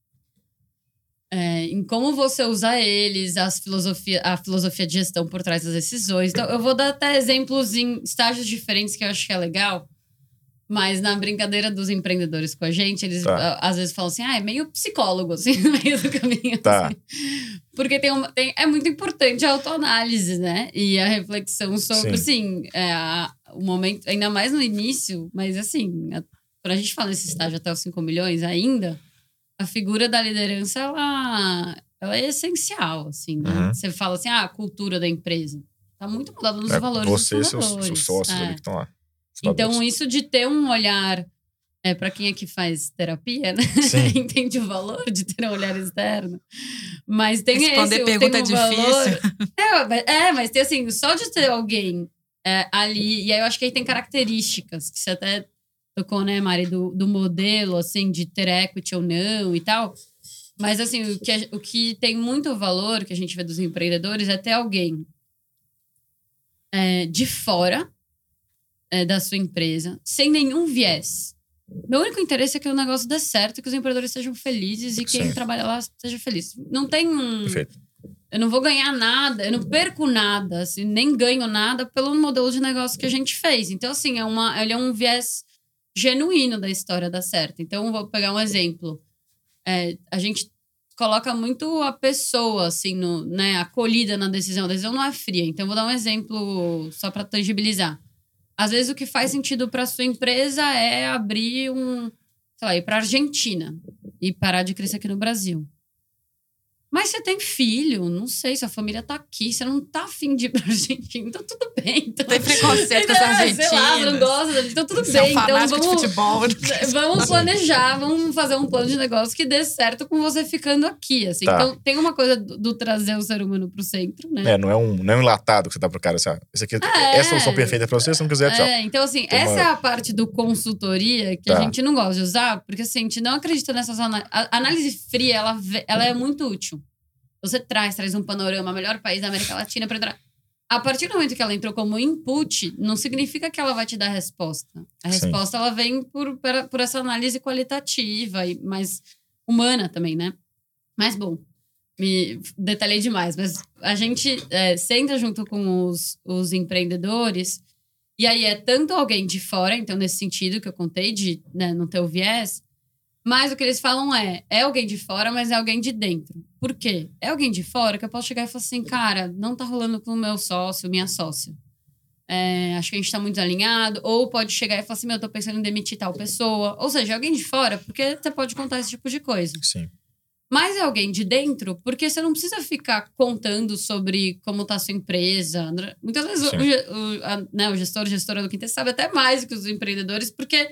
é, em como você usa eles, as filosofia, a filosofia de gestão por trás das decisões. Então, eu vou dar até exemplos em estágios diferentes que eu acho que é legal. Mas na brincadeira dos empreendedores com a gente, eles Tá. a- às vezes falam assim, ah, é meio psicólogo, assim, no meio do caminho. Tá. assim. Porque tem uma, tem, é muito importante a autoanálise, né? E a reflexão sobre, assim, é, a- o momento, ainda mais no início, mas assim, a, quando a gente fala nesse estágio até os cinco milhões ainda, a figura da liderança, ela, ela é essencial, assim, né? Uhum. Você fala assim, ah, a cultura da empresa. Tá muito mudada nos É, valores você e dos seus, fundadores. seus sócios É. ali que estão lá. Então, Fundadores. isso de ter um olhar, é, para quem aqui faz terapia, né? Sim. Entende o valor de ter um olhar externo. Mas tem Responder esse, pergunta tem um é valor... difícil. É, mas- é, mas tem assim, só de ter alguém é, ali, e aí eu acho que aí tem características, que você até tocou, né, Mari, do, do modelo, assim, de ter equity ou não e tal. Mas assim, o que, o que tem muito valor, que a gente vê dos empreendedores, é ter alguém é, de fora é, da sua empresa, sem nenhum viés. Meu único interesse é que o negócio dê certo, que os empreendedores sejam felizes e quem Sim. trabalha lá seja feliz. Não tem um... Perfeito. Eu não vou ganhar nada, eu não perco nada, assim, nem ganho nada pelo modelo de negócio que a gente fez. Então, assim, é uma, ele é um viés genuíno da história dar certo. Então, vou pegar um exemplo. É, a gente coloca muito a pessoa, assim, no, né, acolhida na decisão. A decisão não é fria. Então, vou dar um exemplo só para tangibilizar. Às vezes, o que faz sentido para sua empresa é abrir um... Sei lá, ir para Argentina e parar de crescer aqui no Brasil. Mas você tem filho, não sei, sua família tá aqui, você não tá afim de ir pra Argentina, então tudo bem. Então, Tem preconceito com as Sei lá, argentinas. você não gosta, então tudo Você é um bem. Então fanático de vamos, futebol. vamos planejar, vamos fazer um plano de negócio que dê certo com você ficando aqui, assim. Tá. Então tem uma coisa do, do trazer o ser humano pro centro, né? É, não é um, não é um enlatado que você dá pro cara. Assim, ah, esse aqui, É. essa solução perfeita é pra você, se não quiser, tchau. É, então, assim, Tem essa uma- é a parte do consultoria que Tá. a gente não gosta de usar, porque assim, a gente não acredita nessas análises. A análise fria, ela, vê- ela é muito útil. Você traz, traz um panorama, melhor país da América Latina para... A partir do momento que ela entrou como input, não significa que ela vai te dar a resposta. A Sim. resposta, ela vem por, por, por essa análise qualitativa e mais humana também, né? Mas, bom, me detalhei demais. Mas a gente é, senta junto com os, os empreendedores e aí é tanto alguém de fora, então nesse sentido que eu contei, de, né, não ter o viés, mas o que eles falam é, é alguém de fora, mas é alguém de dentro. Por quê? É alguém de fora que eu posso chegar e falar assim, cara, não tá rolando com o meu sócio, minha sócia. É, acho que a gente tá muito alinhado. Ou pode chegar e falar assim, meu, eu tô pensando em demitir tal pessoa. Ou seja, é alguém de fora, porque você pode contar esse tipo de coisa. Sim. Mas é alguém de dentro, porque você não precisa ficar contando sobre como tá a sua empresa. Muitas vezes o, Sim. o, o, a, né, o gestor, gestora do Quintessa sabe até mais do que os empreendedores, porque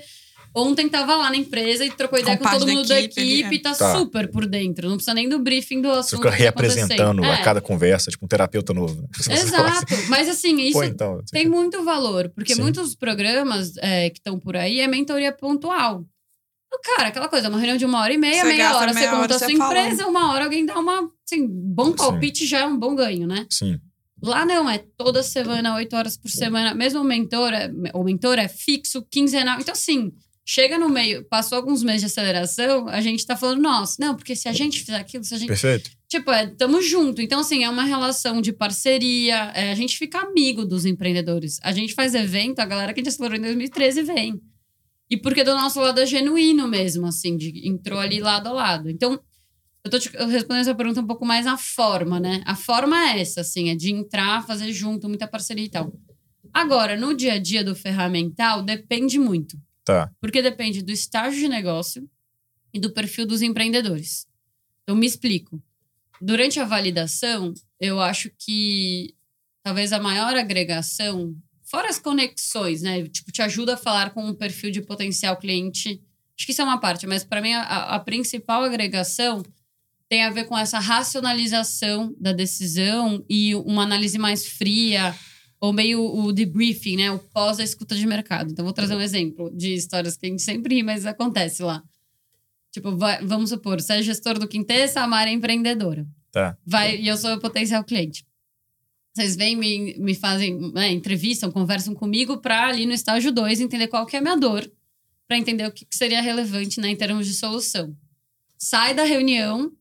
ontem tava lá na empresa e trocou ideia com, com todo mundo da equipe, da equipe e tá, tá super por dentro. Não precisa nem do briefing do assunto. Você fica reapresentando é. a cada conversa, tipo um terapeuta novo. Exato. Mas assim, isso Pô, então, tem muito valor. Porque Sim. muitos programas é, que estão por aí é mentoria pontual. Cara, aquela coisa, uma reunião de uma hora e meia, você meia hora, meia você conta hora, a sua você empresa, fala. uma hora alguém dá uma, assim, bom palpite, já é um bom ganho, né? Sim. Lá não, é toda semana, oito horas por semana. Mesmo o mentor, é, o mentor é fixo, quinzenal. Então, assim, chega no meio, passou alguns meses de aceleração, a gente tá falando, nossa, não, porque se a gente fizer aquilo, se a gente... Perfeito. Tipo, é, tamo junto. Então, assim, é uma relação de parceria, é, a gente fica amigo dos empreendedores. A gente faz evento, a galera que a gente acelerou em dois mil e treze vem. E porque do nosso lado é genuíno mesmo, assim, de, entrou ali lado a lado. Então, eu tô te, eu respondendo essa pergunta um pouco mais a forma, né? A forma é essa, assim, é de entrar, fazer junto, muita parceria e tal. Agora, no dia a dia do ferramental, depende muito. Tá. Porque depende do estágio de negócio e do perfil dos empreendedores. Então, me explico. Durante a validação, eu acho que talvez a maior agregação, fora as conexões, né? Tipo, te ajuda a falar com um perfil de potencial cliente. Acho que isso é uma parte, mas para mim a, a principal agregação tem a ver com essa racionalização da decisão e uma análise mais fria, ou meio o debriefing, né? O pós a escuta de mercado. Então, vou trazer um exemplo de histórias que a gente sempre ri, mas acontece lá. Tipo, vai, vamos supor, você é gestor do Quintessa, a Mari é empreendedora. Tá. Vai, e eu sou o potencial cliente. Vocês vêm, me, me fazem, né, entrevistam, conversam comigo para ali no estágio dois entender qual que é a minha dor, para entender o que, que seria relevante, né, em termos de solução. Sai da reunião,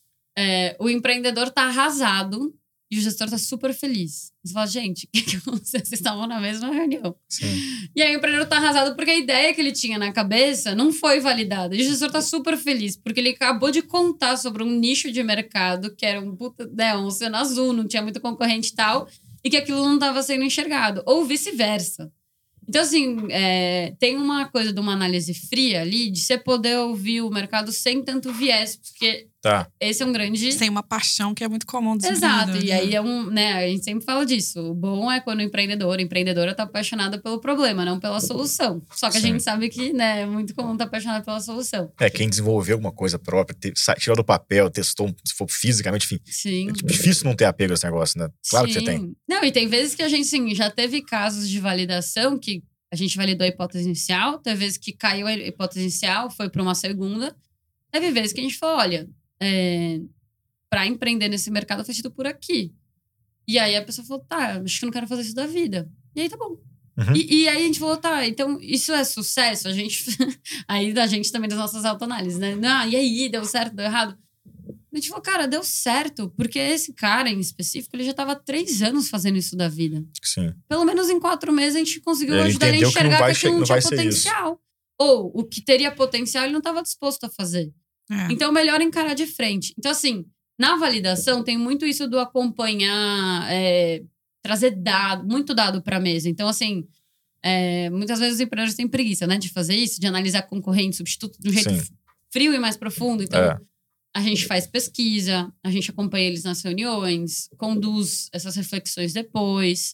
é, o empreendedor tá arrasado e o gestor tá super feliz. Você fala, gente, o que, que aconteceu? Vocês estavam na mesma reunião. Sim. E aí o empreendedor tá arrasado porque a ideia que ele tinha na cabeça não foi validada. E o gestor tá super feliz porque ele acabou de contar sobre um nicho de mercado que era um puta, né, um oceano azul, não tinha muito concorrente e tal, e que aquilo não estava sendo enxergado. Ou vice-versa. Então, assim, é, tem uma coisa de uma análise fria ali, de você poder ouvir o mercado sem tanto viés, porque tá. esse é um grande... Sem uma paixão que é muito comum dos Exato, e aí né? é um, né, a gente sempre fala disso. O bom é quando o empreendedor, a empreendedora tá apaixonada pelo problema, não pela solução. Só que Sim. a gente sabe que, né, é muito comum estar tá apaixonado pela solução. É, quem desenvolveu alguma coisa própria, te, tirou do papel, testou, se for fisicamente, enfim. Sim. É difícil não ter apego a esse negócio, né? Claro Sim. que você tem. Não, e tem vezes que a gente, sim, já teve casos de validação que a gente validou a hipótese inicial, teve vezes que caiu a hipótese inicial, foi para uma segunda. Teve vezes que a gente falou, olha, é, para empreender nesse mercado faz sentido por aqui. E aí a pessoa falou, tá, acho que eu não quero fazer isso da vida. E aí tá bom. Uhum. E, e aí a gente falou, tá, então isso é sucesso? A gente... aí da gente também das nossas autoanálises, né? Não, e aí, deu certo, deu errado? A gente falou, cara, deu certo, porque esse cara em específico, ele já estava há três anos fazendo isso da vida. Sim. Pelo menos em quatro meses a gente conseguiu Ele ajudar ele a enxergar que, que, não vai, que aquilo não, não tinha vai potencial. Ou o que teria potencial, ele não estava disposto a fazer. É. Então, melhor encarar de frente. Então, assim, na validação tem muito isso do acompanhar, é, trazer dado, muito dado para a mesa. Então, assim, é, muitas vezes os empreendedores têm preguiça, né, de fazer isso, de analisar concorrente, substituto de um jeito Sim. frio e mais profundo. Então, É. a gente faz pesquisa, a gente acompanha eles nas reuniões, conduz essas reflexões depois,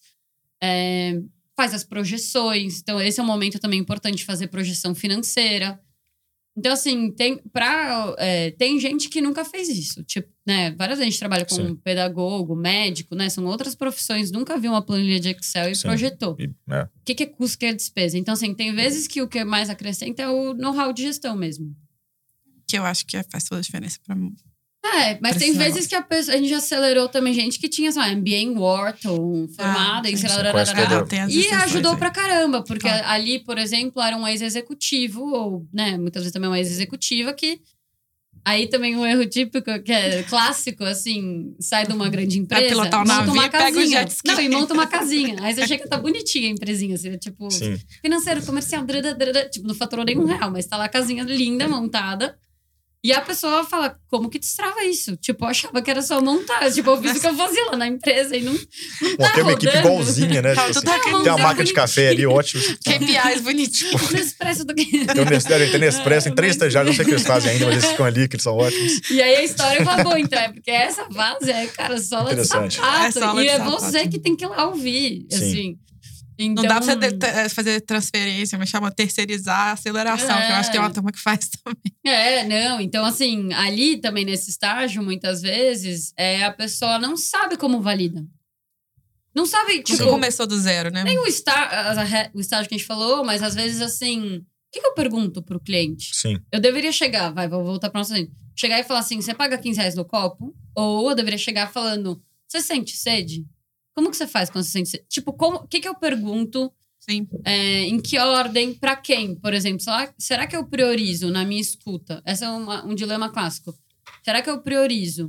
é, faz as projeções. Então, esse é um momento também importante, fazer projeção financeira. Então, assim, tem, pra, é, tem gente que nunca fez isso. Tipo, né, várias vezes a gente trabalha com Sim. pedagogo, médico, né? São outras profissões, nunca viu uma planilha de Excel e Sim. projetou. E, é. O que, que é custo, o que é despesa? Então, assim, tem vezes que o que mais acrescenta é o know-how de gestão mesmo. Que eu acho que faz toda a diferença pra mim. É, mas tem Precisa vezes que a, pessoa, a gente acelerou também gente que tinha, sei lá, M B A em Wharton, formada Ah, em sim, sei lá, sim, rararara, quase toda- Ah, tem as e exceções ajudou aí. pra caramba, porque Claro. ali, por exemplo, era um ex-executivo, ou, né, muitas vezes também uma ex-executiva que... Aí também um erro típico, que é clássico, assim, sai de uma grande empresa, pilotar o monta navio uma e pega o casinha. jet ski. Não, e monta uma casinha. Aí você chega, tá bonitinha a empresinha, assim, tipo, Sim. financeiro, comercial, drada, drada, tipo, não faturou nenhum real, mas tá lá a casinha linda, montada. E a pessoa fala, como que destrava isso? Tipo, eu achava que era só montar. Tipo, eu fiz o que eu fazia lá na empresa e não, não tá Montei uma equipe rodando. igualzinha, né? Tá Tipo tudo assim, aqui, tem uma tá marca de café ali, ótimo. K P Is bonitinho. Nespresso do... Tem o Nespresso, tem Nespresso, tem três Mas- estagiários, não sei o que eles fazem ainda, mas eles ficam ali, que eles são ótimos. E aí a história vai boa, então. É porque essa fase é, cara, sola de Interessante. sapato. É sola e de é sapato. você que tem que ir lá ouvir, Sim. assim. Então, Não dá pra você de- fazer transferência, mas chama terceirizar a aceleração, É. que eu acho que tem uma turma que faz também. É, não. Então, assim, ali também nesse estágio, muitas vezes, é, a pessoa não sabe como valida. Não sabe, tipo, Nunca começou do zero, né? nem o, está, a- a- o estágio que a gente falou, mas às vezes, assim, o que, que eu pergunto pro cliente? Sim. Eu deveria chegar, vai, vou voltar pra nossa gente. Chegar e falar assim, você paga quinze reais no copo? Ou eu deveria chegar falando, você sente sede? Como que você faz quando você sente sede? Tipo, o que, que eu pergunto? Sim. É, em que ordem, pra quem? Por exemplo, será, será que eu priorizo na minha escuta? Esse é uma, um dilema clássico. Será que eu priorizo?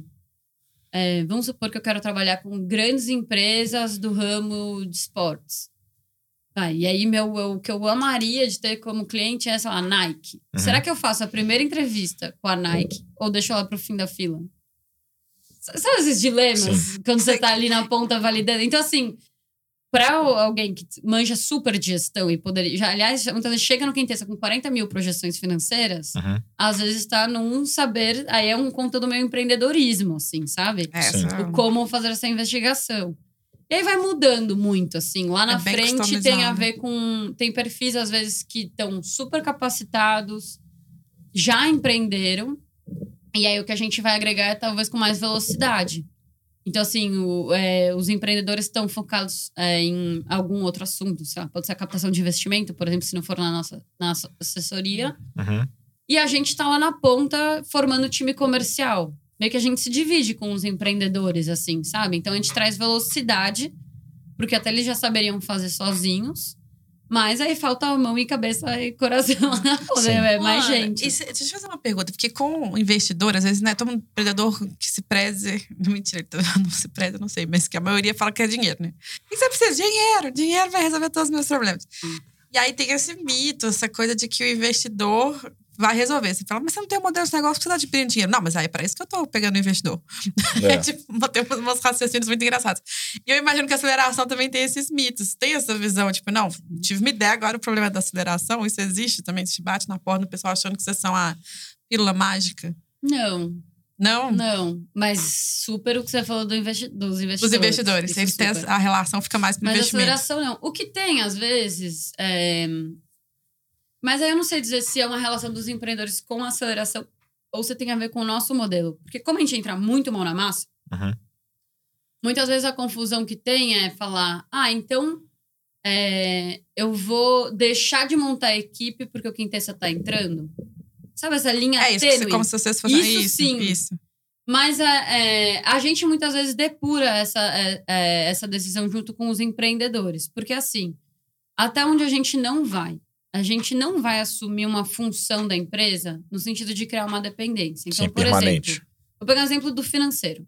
É, vamos supor que eu quero trabalhar com grandes empresas do ramo de esportes. Ah, e aí, meu, eu- o que eu amaria de ter como cliente é, sei lá, a Nike. Uhum. Será que eu faço a primeira entrevista com a Nike ou deixo ela pro fim da fila? S- Sabe esses dilemas? Sim. Quando você tá ali na ponta validando. Então, assim, pra o- alguém que manja super de gestão e poderia... Já, aliás, muitas vezes chega no Quintessa com quarenta mil projeções financeiras, Uhum. às vezes tá num saber... Aí é um conta do meu empreendedorismo, assim, sabe? Essa. O como fazer essa investigação. E aí vai mudando muito, assim. Lá na É bem frente tem a customizado. ver com... Tem perfis, às vezes, que estão super capacitados, já empreenderam. E aí o que a gente vai agregar é talvez com mais velocidade. Então, assim, o- é, os empreendedores estão focados é, em algum outro assunto. Sei lá, pode ser a captação de investimento, por exemplo, se não for na nossa, na nossa assessoria. Uhum. E a gente tá lá na ponta formando o time comercial. Meio que a gente se divide com os empreendedores, assim, sabe? Então a gente traz velocidade, porque até eles já saberiam fazer sozinhos. Mas aí falta mão e cabeça e coração lá, Sim. né? É mais Mano, gente. e cê- deixa eu fazer uma pergunta, porque com investidor, às vezes, né, todo empreendedor que se preze. Mentira, não se preze, eu não sei, mas que a maioria fala que é dinheiro, né? O que você precisa? Dinheiro. Dinheiro vai resolver todos os meus problemas. Hum. E aí tem esse mito, essa coisa de que o investidor vai resolver. Você fala, mas você não tem um modelo de negócio, precisa adquirir dinheiro. Não, mas aí é para isso que eu tô pegando o investidor. É. É. Tipo, tem umas raciocínios muito engraçados. E eu imagino que a aceleração também tem esses mitos. Tem essa visão, tipo, não, tive uma ideia, agora o problema é da aceleração. Isso existe também? Você bate na porta do pessoal achando que vocês são a pílula mágica. Não, Não? não. Mas super o que você falou do investi dos investidores. Os investidores. Isso Eles têm super. a relação fica mais pro Mas a investimento. aceleração não. O que tem, às vezes, é... Mas aí eu não sei dizer se é uma relação dos empreendedores com a aceleração ou se tem a ver com o nosso modelo. Porque como a gente entra muito mão na massa, Uhum. muitas vezes a confusão que tem é falar, ah, então é, eu vou deixar de montar a equipe porque o Quintessa tá entrando. Sabe essa linha É isso, tênue? como se vocês fossem... Isso isso sim. Isso. Mas é, é, a gente muitas vezes depura essa, é, é, essa decisão junto com os empreendedores. Porque assim, até onde a gente não vai, a gente não vai assumir uma função da empresa no sentido de criar uma dependência. Então, Sim, por permanente. exemplo, vou pegar um exemplo do financeiro.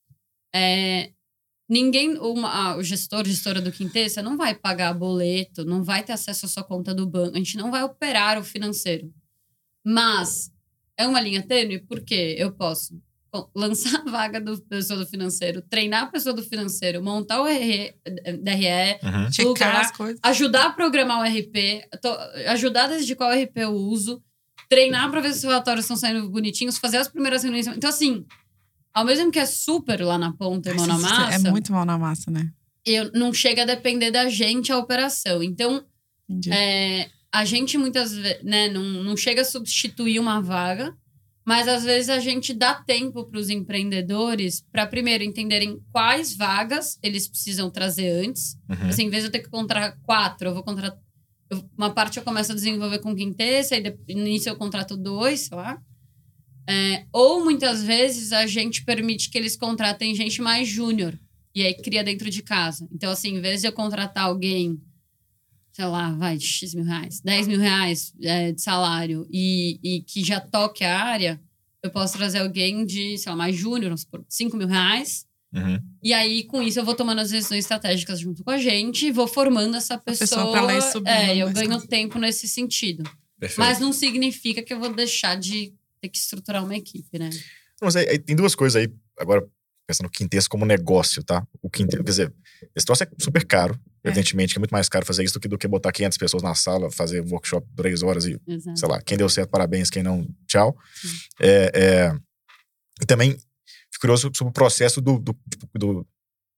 É, ninguém, uma, ah, o gestor, gestora do Quintessa não vai pagar boleto, não vai ter acesso à sua conta do banco, a gente não vai operar o financeiro. Mas é uma linha tênue porque eu posso lançar a vaga do pessoa do financeiro, treinar a pessoa do financeiro, montar o R E, D R E, Uhum. Checar Lugar, as coisas. ajudar a programar o R P, to- ajudar a decidir qual R P eu uso, treinar para ver se os relatórios estão saindo bonitinhos, fazer as primeiras reuniões. Então, assim, ao mesmo tempo que é super lá na ponta e mão na Nossa, massa, É muito mão na massa, né? eu, não chega a depender da gente a operação. Então, Entendi. é, a gente muitas vezes, né, não, não chega a substituir uma vaga, mas às vezes a gente dá tempo para os empreendedores para primeiro entenderem quais vagas eles precisam trazer antes. Uhum. Assim, em vez de eu ter que contratar quatro, eu vou contratar. eu- uma parte eu começo a desenvolver com Quintessa, e de- no início eu contrato dois, sei lá. É, ou muitas vezes a gente permite que eles contratem gente mais júnior. E aí cria dentro de casa. Então, assim, em vez de eu contratar alguém, sei lá, vai, de X mil reais, dez mil reais é, de salário e, e que já toque a área, eu posso trazer alguém de, sei lá, mais júnior, vamos supor, cinco mil reais. Uhum. E aí, com isso, eu vou tomando as decisões estratégicas junto com a gente e vou formando essa pessoa. pessoa pra lá e subindo, é, e eu mas ganho tá. tempo nesse sentido. Perfeito. Mas não significa que eu vou deixar de ter que estruturar uma equipe, né? Não, mas aí, aí tem duas coisas aí, agora pensando no Quintessa como negócio, tá? O Quintessa, quer dizer, esse troço é super caro, É. evidentemente, que é muito mais caro fazer isso do que, do que botar quinhentas pessoas na sala, fazer um workshop de três horas e, Exato. sei lá, quem deu certo, parabéns, quem não, tchau. Sim. É, é, e também fico curioso sobre o processo do, do, do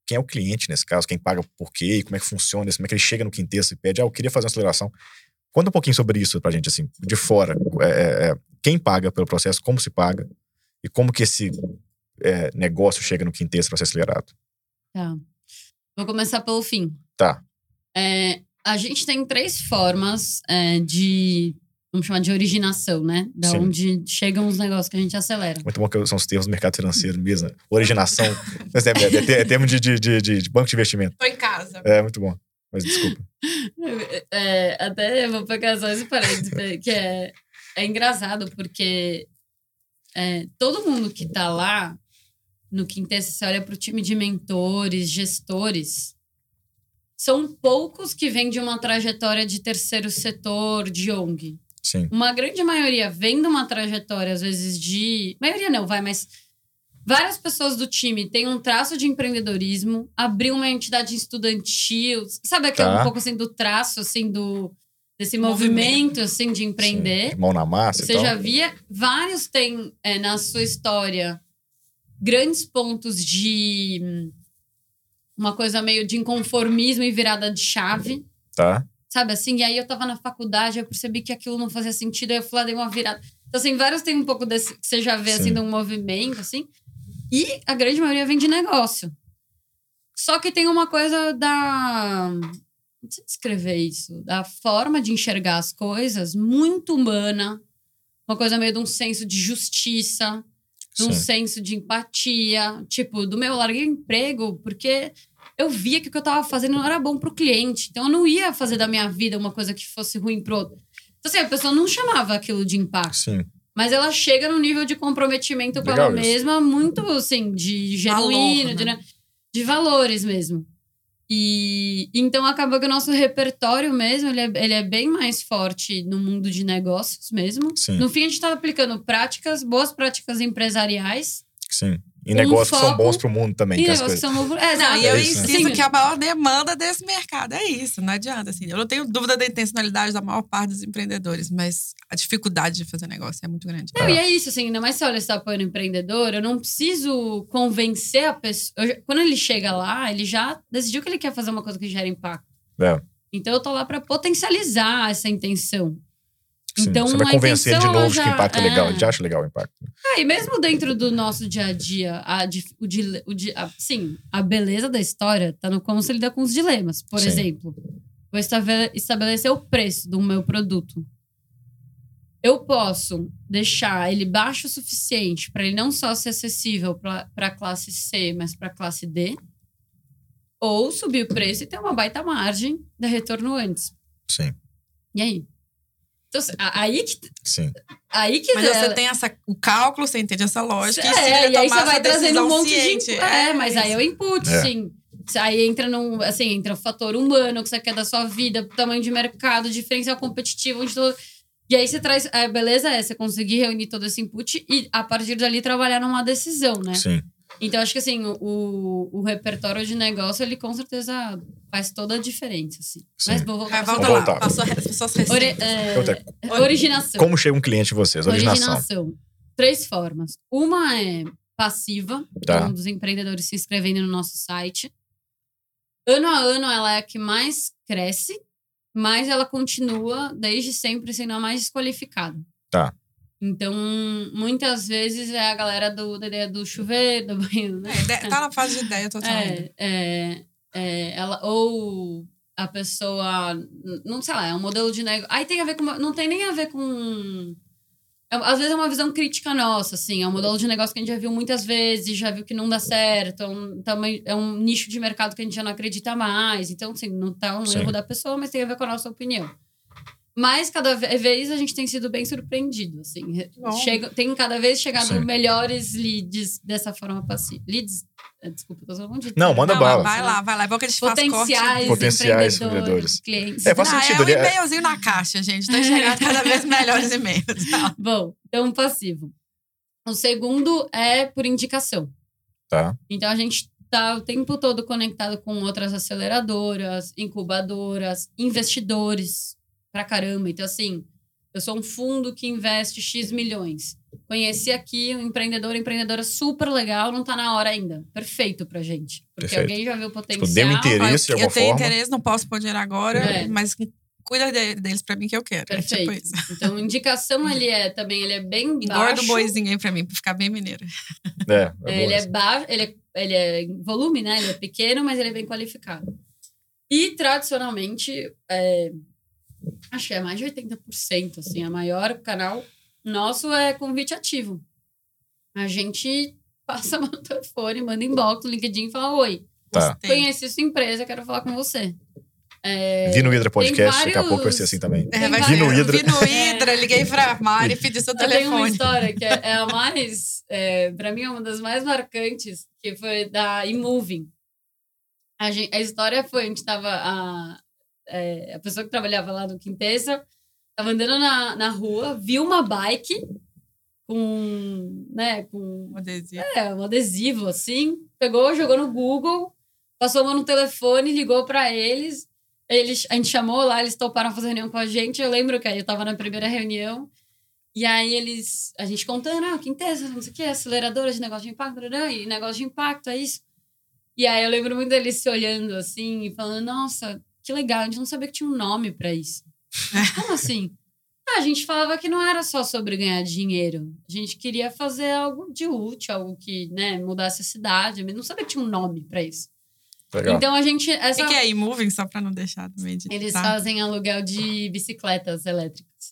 quem é o cliente nesse caso, quem paga por quê, como é que funciona, como é que ele chega no quinteto e pede, ah, eu queria fazer uma aceleração. Conta um pouquinho sobre isso pra gente, assim, de fora. É, é, quem paga pelo processo, como se paga e como que esse é, negócio chega no quinteto para ser acelerado. Tá. Vou começar pelo fim. Tá. É, a gente tem três formas é, de, vamos chamar de originação, né? Da Sim. onde chegam os negócios que a gente acelera. Muito bom que são os termos do mercado financeiro mesmo. Né? Originação. é, é, é termo de, de, de, de banco de investimento. Tô em casa. É, muito bom. Mas desculpa. É, até vou pegar só esse parênteses, que é, é engraçado, porque é, todo mundo que tá lá no quinteto, você olha pro time de mentores, gestores, são poucos que vêm de uma trajetória de terceiro setor, de O N G. Sim. Uma grande maioria vem de uma trajetória, às vezes, de... Maioria não, vai, mas... Várias pessoas do time têm um traço de empreendedorismo, abriu uma entidade estudantil, sabe aquele Tá. um pouco assim do traço, assim, do, desse movimento, Movimento. assim, de empreender. Sim. De mão na massa Você e tal. já via, vários têm é, na sua história grandes pontos de hum, uma coisa meio de inconformismo e virada de chave, Tá. sabe assim? E aí eu tava na faculdade, eu percebi que aquilo não fazia sentido, aí eu fui lá, dei uma virada. Então, assim, vários têm um pouco desse, que você já vê, Sim. assim, de um movimento, assim. E a grande maioria vem de negócio. Só que tem uma coisa da... Não sei descrever isso. Da forma de enxergar as coisas muito humana. Uma coisa meio de um senso de justiça. De um Sim. senso de empatia. Tipo, do meu, eu larguei o emprego porque eu via que o que eu tava fazendo não era bom pro cliente. Então, eu não ia fazer da minha vida uma coisa que fosse ruim pro outro. Então, assim, a pessoa não chamava aquilo de impacto. Sim. Mas ela chega num nível de comprometimento com Legal ela isso. mesma muito, assim, de genuíno, Valor, de, né? né, de valores mesmo. E então acaba que o nosso repertório mesmo, ele é, ele é bem mais forte no mundo de negócios mesmo. Sim. No fim, a gente tá aplicando práticas, boas práticas empresariais. Sim. E Um negócios que são foco bons pro mundo também. E que as negócios que coisas... são... É, Não, exato. e eu É isso, né? insisto Sim. que a maior demanda desse mercado é isso. Não adianta, assim. Eu não tenho dúvida da intencionalidade da maior parte dos empreendedores, mas a dificuldade de fazer negócio é muito grande. Não, e é isso, assim, ainda mais se olha, você tá apoiando o empreendedor, eu não preciso convencer a pessoa. eu já- quando ele chega lá, ele já decidiu que ele quer fazer uma coisa que gera impacto. É. Então eu tô lá pra potencializar essa intenção. Sim. Então, Você vai a convencer ele de intenção, novo de ela que já- impacto é legal. é. Ele já acha legal o impacto. Ah, e mesmo dentro do nosso dia a dia, a, dif- o, dile- o, di- a, sim, a beleza da história tá no como se lida com os dilemas. Por Sim. exemplo, vou estabele- estabelecer o preço do meu produto. Eu posso deixar ele baixo o suficiente para ele não só ser acessível para a classe C, mas para a classe D. Ou subir o preço e ter uma baita margem de retorno antes. Sim. E aí? Então, a- aí que, Sim. aí que Mas ela- você tem essa, o cálculo, você entende essa lógica. É, ensina a e aí tomar você vai essa trazendo um decisão monte ciente. de input. É, mas aí é o input, É. sim. Aí entra num, assim, entra o fator humano que você quer da sua vida, tamanho de mercado, diferencial competitivo, onde todo... E aí você traz. A beleza é você conseguir reunir todo esse input e, a partir dali, trabalhar numa decisão, né? Sim. Então, acho que assim, o, o repertório de negócio, ele com certeza faz toda a diferença, assim. Sim. Mas vou voltar Vai, pra volta Vamos lá. voltar. Passou as pessoas Ori- recentes. é, Outra- originação. Como chega um cliente de vocês? Originação. Originação. Três formas. Uma é passiva, Tá. então, dos empreendedores se inscrevendo no nosso site. Ano a ano, ela é a que mais cresce, mas ela continua, desde sempre, sendo a mais desqualificada. Tá. Então, muitas vezes é a galera do, da ideia do chuveiro, do banho, né? É, de- tá na fase de ideia total ainda. É, é, é, ela, ou a pessoa, n- não sei lá, é um modelo de negócio. Aí tem a ver com. uma- Não tem nem a ver com. é- às vezes é uma visão crítica nossa, assim. É um modelo de negócio que a gente já viu muitas vezes, já viu que não dá certo. É um, também, é um nicho de mercado que a gente já não acredita mais. Então, assim, não tá um Sim. erro da pessoa, mas tem a ver com a nossa opinião. Mas cada ve- vez a gente tem sido bem surpreendido, assim. Bom. Chega, tem cada vez chegado Sim. melhores leads dessa forma passiva. Leads? eh, Desculpa, tô usando um monte de Não, manda Não, bala. vai lá, vai lá. É bom que a gente faz corte. Potenciais, Potenciais empreendedores, empreendedores. clientes. É, faz Ah, sentido. é um Ele é- e-mailzinho na caixa, gente. Tô chegando cada vez melhores e-mails. Tá? Bom, então passivo. O segundo é por indicação. Tá. Então a gente tá o tempo todo conectado com outras aceleradoras, incubadoras, investidores pra caramba. Então, assim, eu sou um fundo que investe X milhões. Conheci aqui um empreendedor, empreendedora super legal, não tá na hora ainda. Perfeito pra gente. Porque Perfeito. alguém já viu o potencial. Tipo, deu interesse de alguma Eu tenho forma. interesse, não posso pôr dinheiro agora, É. mas cuida de- deles pra mim que eu quero. Perfeito. É tipo isso. Então, indicação, ele é também, ele é bem Engorda baixo. o boizinho aí pra mim, pra ficar bem mineira. É, é É, ele boa. é baixo, ele é, ele é em volume, né? Ele é pequeno, mas ele é bem qualificado. E, tradicionalmente, é, acho que é mais de oitenta por cento, assim, a maior canal nosso é convite ativo. A gente passa no telefone, manda inbox no LinkedIn e fala, oi, Tá. Tem. conheci sua empresa, quero falar com você. É, Vi no Hidra Podcast, tem daqui a pouco vai vários- ser assim também. É, vai Vi ser. no Eu Hidra. Vi no Hidra, liguei pra Mari e pedi seu Eu tenho uma telefone. história que é, é a mais, é, pra mim, é uma das mais marcantes, que foi da eMoving. A, gente, a história foi, a gente tava, a, é, a pessoa que trabalhava lá no Quintessa, tava andando na, na rua, viu uma bike com, né, com Um adesivo. é, um adesivo, assim, pegou, jogou no Google, passou a mão no telefone, ligou pra eles, eles, a gente chamou lá, eles toparam fazer reunião com a gente, eu lembro que aí eu tava na primeira reunião, e aí eles, a gente contando, ah, Quintessa, não sei o que, aceleradora de negócio de impacto, e negócio de impacto, é isso. E aí eu lembro muito deles se olhando assim, e falando, nossa, que legal, a gente não sabia que tinha um nome pra isso. Como assim? Ah, a gente falava que não era só sobre ganhar dinheiro. A gente queria fazer algo de útil, algo que, né, mudasse a cidade, mas não sabia que tinha um nome pra isso. Legal. Então a gente... Essa... O que é e-moving, só pra não deixar também de Eles tá? fazem aluguel de bicicletas elétricas.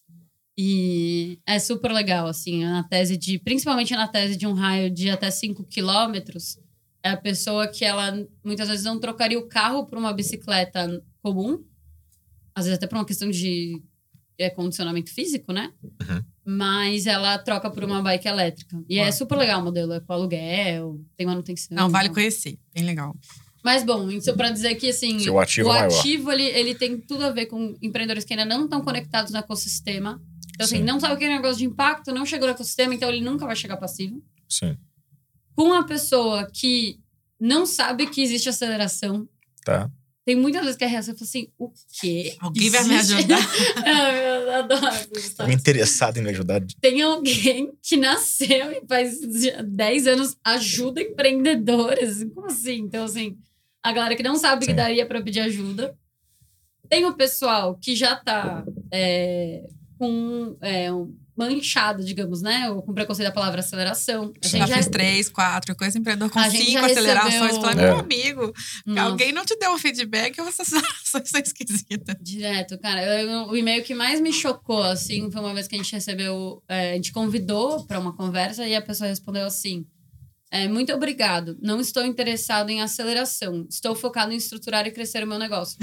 E é super legal, assim, na tese de... Principalmente na tese de um raio de até cinco quilômetros, é a pessoa que ela muitas vezes não trocaria o carro por uma bicicleta comum, às vezes até por uma questão de é, condicionamento físico, né? Uhum. Mas ela troca por uma bike elétrica. E Uau. é super legal o modelo, é com aluguel, tem manutenção. Não, vale então. conhecer. Bem legal. Mas, bom, isso pra dizer que, assim, Seu ativo o é maior. ativo, ele, ele tem tudo a ver com empreendedores que ainda não estão conectados no ecossistema. Então, assim, Sim. não sabe o que é negócio de impacto, não chegou no ecossistema, então ele nunca vai chegar passivo. Sim. Com a pessoa que não sabe que existe aceleração, Tá. tem muitas vezes que a reação fala assim, o quê? Alguém vai me Existe? ajudar? Ah, eu adoro essas Tô histórias. interessado em me ajudar. Tem alguém que nasceu e faz dez anos ajuda empreendedores. Como assim? Então, assim, a galera que não sabe Sim. que daria para pedir ajuda. Tem o pessoal que já tá é, com é, um manchado, digamos, né? Ou com preconceito da palavra aceleração. A Sim. gente Já fiz três, quatro, coisa empreendedor com A gente cinco já acelerações. recebeu- Falando, É. meu amigo, Nossa, alguém não te deu um feedback ou essas acelerações são esquisitas. direto, cara. Eu- o e-mail que mais me chocou, assim, foi uma vez que a gente recebeu... é, a gente convidou para uma conversa e a pessoa respondeu assim... É, muito obrigado. Não estou interessado em aceleração. Estou focado em estruturar e crescer o meu negócio.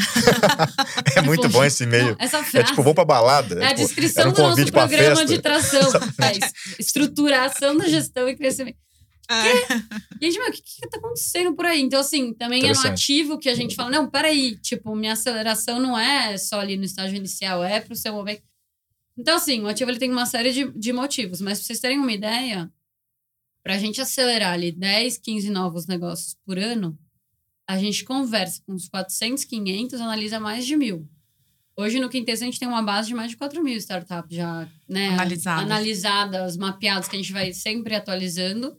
É muito bom esse e-mail. Não, essa É frase tipo, vou pra balada. é a tipo, descrição era um do nosso convite pra programa festa. de tração. É isso. Estruturação da gestão e crescimento. E a gente, mas o que, que tá acontecendo por aí? Então, assim, também é no Interessante. ativo que a gente fala, não, peraí, tipo, minha aceleração não é só ali no estágio inicial, é pro seu momento. Então, assim, o ativo ele tem uma série de, de motivos, mas pra vocês terem uma ideia, pra gente acelerar ali dez, quinze novos negócios por ano, a gente conversa com uns quatrocentos, quinhentos, analisa mais de mil. Hoje, no Quintessa, a gente tem uma base de mais de quatro mil startups já, né? Analisadas. Analisadas, mapeadas, que a gente vai sempre atualizando.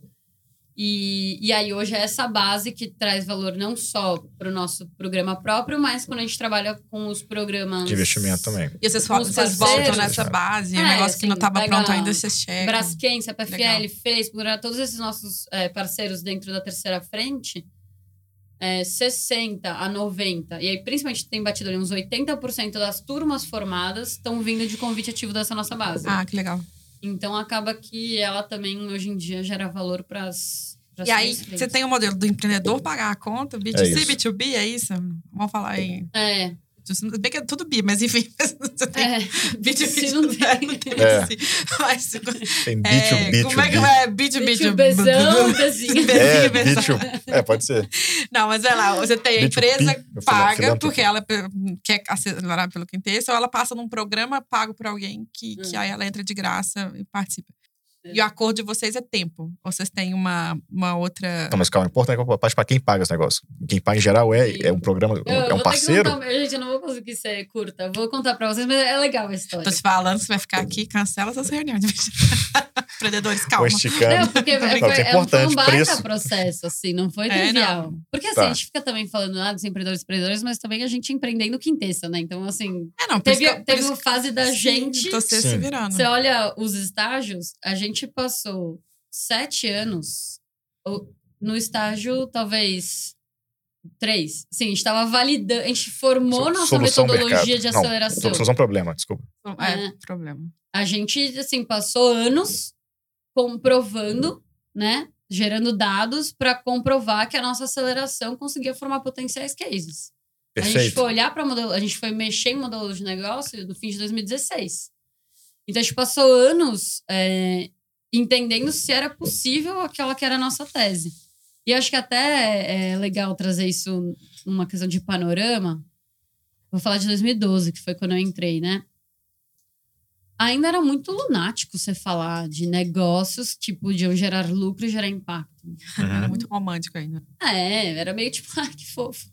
E, e aí, hoje, é essa base que traz valor não só para o nosso programa próprio, mas quando a gente trabalha com os programas... De investimento também. E vocês, Com os vocês voltam parceiros. nessa base, o É, negócio que não assim, estava pega pronto ainda, vocês chegam. Braskem, C P F L, Legal. Facebook, todos esses nossos é, parceiros dentro da terceira frente, é, sessenta a noventa, e aí principalmente tem batido ali uns oitenta por cento das turmas formadas estão vindo de convite ativo dessa nossa base. Ah, que legal. Então acaba que ela também, hoje em dia, gera valor para as. E aí, você tem o modelo do empreendedor pagar a conta, B É dois C, isso. B dois B, é isso? Vamos falar aí. É, Bem que é tudo B, mas enfim, você tem é. B dois B. Se não tem. não tem É. B dois C. Mas, Tem B é, dois B, como é que dois B. é? B dois B. Bizão, bezinho. É, B B dois B. dois B. É, pode ser. Não, mas é lá, você tem a B dois B, empresa eu paga filantro- porque ela pe- quer acelerar pelo Quintessa, ou ela passa num programa pago por alguém que, que Hum. aí ela entra de graça e participa. E o acordo de vocês é tempo? Ou vocês têm uma, uma outra... Não, mas calma, é importante que eu parte para quem paga esse negócio. Quem paga em geral é, é um programa, Eu, é um vou parceiro. Ter que contar, gente, eu não vou conseguir ser curta. Vou contar pra vocês, mas é legal a história. Tô te falando, você vai ficar aqui, cancela essas reuniões. Empreendedores, calma. Vou esticando. Não, porque Não, foi, isso é é, importante, foi um baita preço. processo, assim, não foi É, trivial. não. Porque assim, Tá. a gente fica também falando ah, dos empreendedores empreendedores, mas também a gente empreendendo quinteça, né? Então, assim, É, não, por teve, isso que eu- por teve isso uma fase da Sim, gente. Tô se Sim. virando. Você olha os estágios, a gente passou sete anos ou- no estágio, talvez três. Sim, a gente estava validando, a gente formou nossa Solução metodologia mercado. de Não, aceleração. solução problema, desculpa. É, É. problema. A gente, assim, passou anos comprovando, né? Gerando dados para comprovar que a nossa aceleração conseguia formar potenciais cases. A gente Perfeito. foi olhar para modelo, a gente foi mexer em modelo de negócio no fim de dois mil e dezesseis. Então a gente passou anos é, entendendo se era possível aquela que era a nossa tese. E acho que até é legal trazer isso numa questão de panorama. Vou falar de dois mil e doze, que foi quando eu entrei, né? Ainda era muito lunático você falar de negócios que podiam gerar lucro e gerar impacto. É Uhum. muito romântico ainda. É, era meio tipo, ah, que fofo.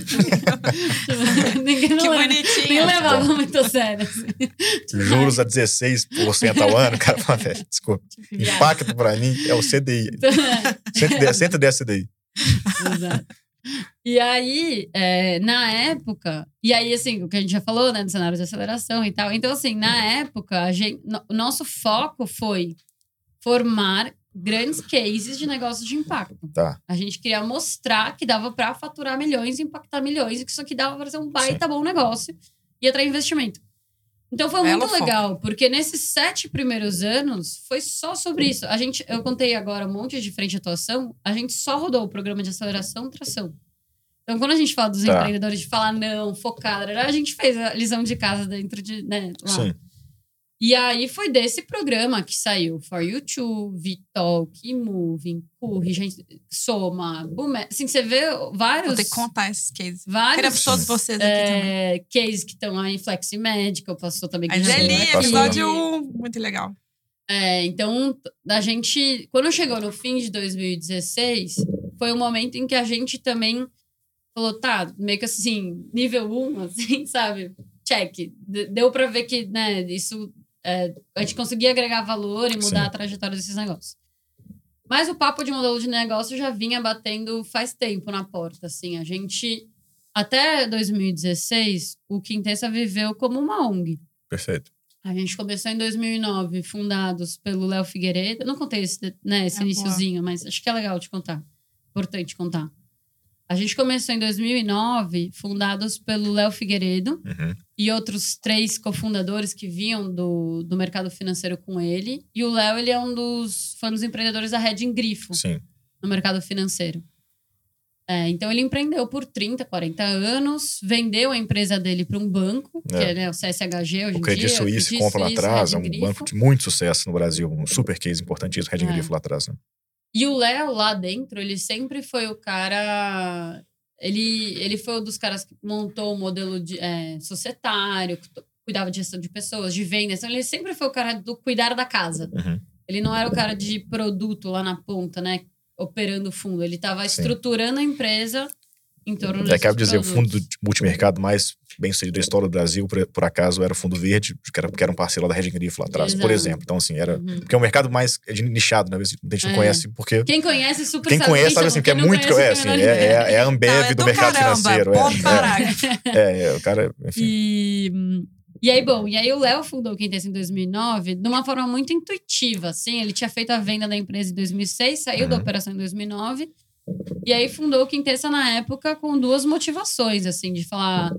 Ninguém não Que leva- bonitinho. nem levava muito a sério. Assim. Juros a dezesseis por cento ao ano, cara, fala, velho, desculpa. Impacto pra mim é o C D I. cento e dez, cento e dez C D I. Exato. E aí, é, na época, e aí, assim, o que a gente já falou, né, do cenário de aceleração e tal. Então, assim, na época, a gente, no- o nosso foco foi formar grandes cases de negócios de impacto. Tá. A gente queria mostrar que dava para faturar milhões, impactar milhões, e que isso aqui dava para ser um baita bom negócio e atrair investimento. Então foi Belo muito foco. legal, porque nesses sete primeiros anos foi só sobre isso. A gente, eu contei agora um monte de frente de atuação, a gente só rodou o programa de aceleração e tração. Então, quando a gente fala dos Tá. empreendedores de falar não, focar, a gente fez a lição de casa dentro de, né, lá. Sim. E aí foi desse programa que saiu For You Too, Vitalk, Moving, Curry, gente, Soma, Boom. Assim, você vê vários. Vou ter que contar esses cases. Vários Queremos todos vocês aqui também. é, cases que estão aí, Flexi Medical, passou também. A que já Angeli, chegou aqui. episódio um, muito legal. É, então, a gente. Quando chegou no fim de dois mil e dezesseis, foi um momento em que a gente também falou, tá, meio que assim, nível um, assim, sabe? Check. D- Deu pra ver que, né, isso. É, a gente conseguia agregar valor e mudar Sim. a trajetória desses negócios. Mas o papo de modelo de negócio já vinha batendo faz tempo na porta, assim. A gente, até dois mil e dezesseis, o Quintessa viveu como uma O N G. Perfeito. A gente começou em dois mil e nove, fundados pelo Léo Figueiredo. Eu não contei esse, né, esse É, iniciozinho, mas acho que é legal te contar. Importante contar. A gente começou em dois mil e nove, fundados pelo Léo Figueiredo Uhum. e outros três cofundadores que vinham do, do mercado financeiro com ele. E o Léo, ele é um dos, foi um dos empreendedores da Reding Grifo Sim. no mercado financeiro. É, então, ele empreendeu por trinta, quarenta anos, vendeu a empresa dele para um banco, É. que é, né, o C S H G hoje O em Credit dia. Suisse Credit compra lá Suisse, atrás, é um Reding Grifo. banco de muito sucesso no Brasil, um super case importantíssimo, Reding É. Grifo lá atrás. Né? E o Léo, lá dentro, ele sempre foi o cara... Ele, ele foi um dos caras que montou o modelo de, é, societário, que to- cuidava de gestão de pessoas, de vendas. Então, ele sempre foi o cara do cuidar da casa. Uhum. Ele não era o cara de produto lá na ponta, né? Operando o fundo. Ele estava Sim. estruturando a empresa em torno É, desses cabe dizer, o produtos. fundo de multimercado mais bem sucedido da história do Brasil, por, por acaso, era o Fundo Verde, que era, que era um parceiro lá da Reding Grifo lá atrás, por Exato. exemplo. Então, assim, era. Uhum. Porque é um mercado mais de nichado, né? A gente não É. conhece, porque. Quem conhece super Quem sabe conhece quem sabe assim, chama, porque é quem não muito. conhece, É, tem assim, a é, menor ideia. é, é a Ambev Não, é do do mercado caramba, financeiro. ponto É, parágrafo. é, é, o cara, enfim. E, e aí, bom, e aí o Léo fundou o Quintessa em dois mil e nove de uma forma muito intuitiva, assim. Ele tinha feito a venda da empresa em dois mil e seis, saiu da Uhum. operação em dois mil e nove. E aí fundou o Quintessa na época com duas motivações, assim, de falar...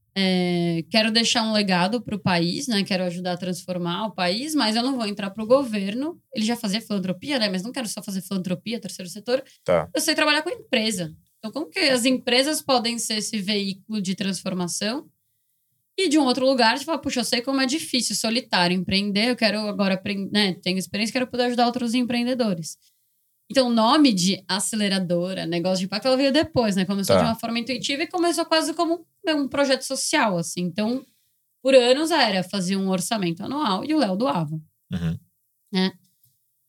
é, quero deixar um legado para o país, né? Quero ajudar a transformar o país, mas eu não vou entrar para o governo. Ele já fazia filantropia, né? Mas não quero só fazer filantropia, terceiro setor. Tá. Eu sei trabalhar com empresa. Então, como que as empresas podem ser esse veículo de transformação? E de um outro lugar, de falar, puxa, eu sei como é difícil, solitário, empreender. Eu quero agora, aprender, né? Tenho experiência, quero poder ajudar outros empreendedores. Então, o nome de aceleradora, negócio de impacto, ela veio depois, né? Começou Tá. de uma forma intuitiva e começou quase como um, um projeto social, assim. Então, por anos, era fazer um orçamento anual e o Léo doava. Uhum.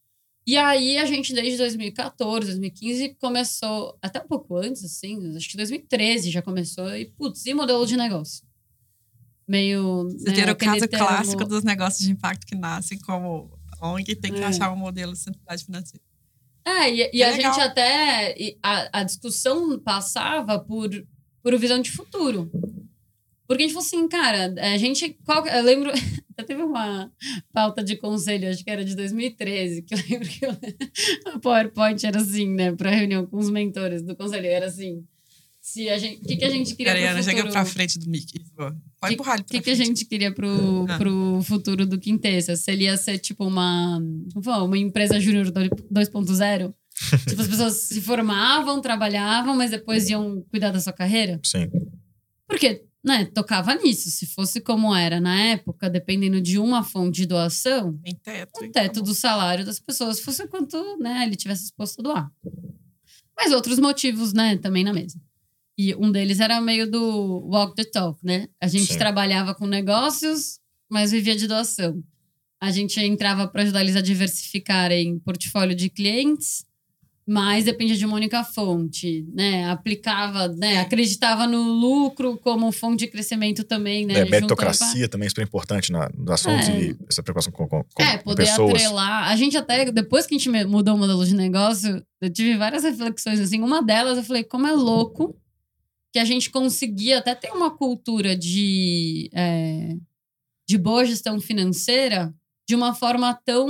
E aí, a gente, desde dois mil e quatorze, dois mil e quinze, começou... Até um pouco antes, assim, acho que dois mil e treze já começou. E, putz, e modelo de negócio? Meio... Você né, ter o aquele caso termo- clássico dos negócios de impacto que nascem como O N G tem que É. achar um modelo de sustentabilidade financeira. É, e, e É a legal. gente até... e A, a discussão passava por, por visão de futuro. Porque a gente falou assim, cara, a gente... Qual, eu lembro... Até teve uma pauta de conselho, acho que era de dois mil e treze, que eu lembro que eu, o PowerPoint era assim, né? Pra reunião com os mentores do conselho. Era assim, se a gente... O que, que a gente queria Peraí, pro Ana, futuro... chega pra frente do Mickey. Pode Que- empurrar ele O pra que, que a frente. gente queria pro, Ah. pro futuro do Quintessa? Se ele ia ser, tipo, uma... Como fala? Uma empresa júnior dois ponto zero? Tipo, as pessoas se formavam, trabalhavam, mas depois iam cuidar da sua carreira? Sim. Porque, né, tocava nisso. Se fosse como era na época, dependendo de uma fonte de doação, Tem teto. o e teto acabou. do salário das pessoas fosse quanto, né, ele tivesse exposto a doar. Mas outros motivos, né, também na mesa. E um deles era meio do walk the talk, né? A gente Sim. trabalhava com negócios, mas vivia de doação. A gente entrava para ajudar eles a diversificarem portfólio de clientes, mas dependia de uma única fonte, né? Aplicava, né? Acreditava no lucro como fonte de crescimento também, né? É, Junto a- meritocracia também é super importante na, nos assuntos É. e essa preocupação com, com, com É, com poder pessoas. atrelar. A gente até, depois que a gente me- mudou o modelo de negócio, eu tive várias reflexões, assim. Uma delas, eu falei, como é louco que a gente conseguia até ter uma cultura de, é, de boa gestão financeira de uma forma tão,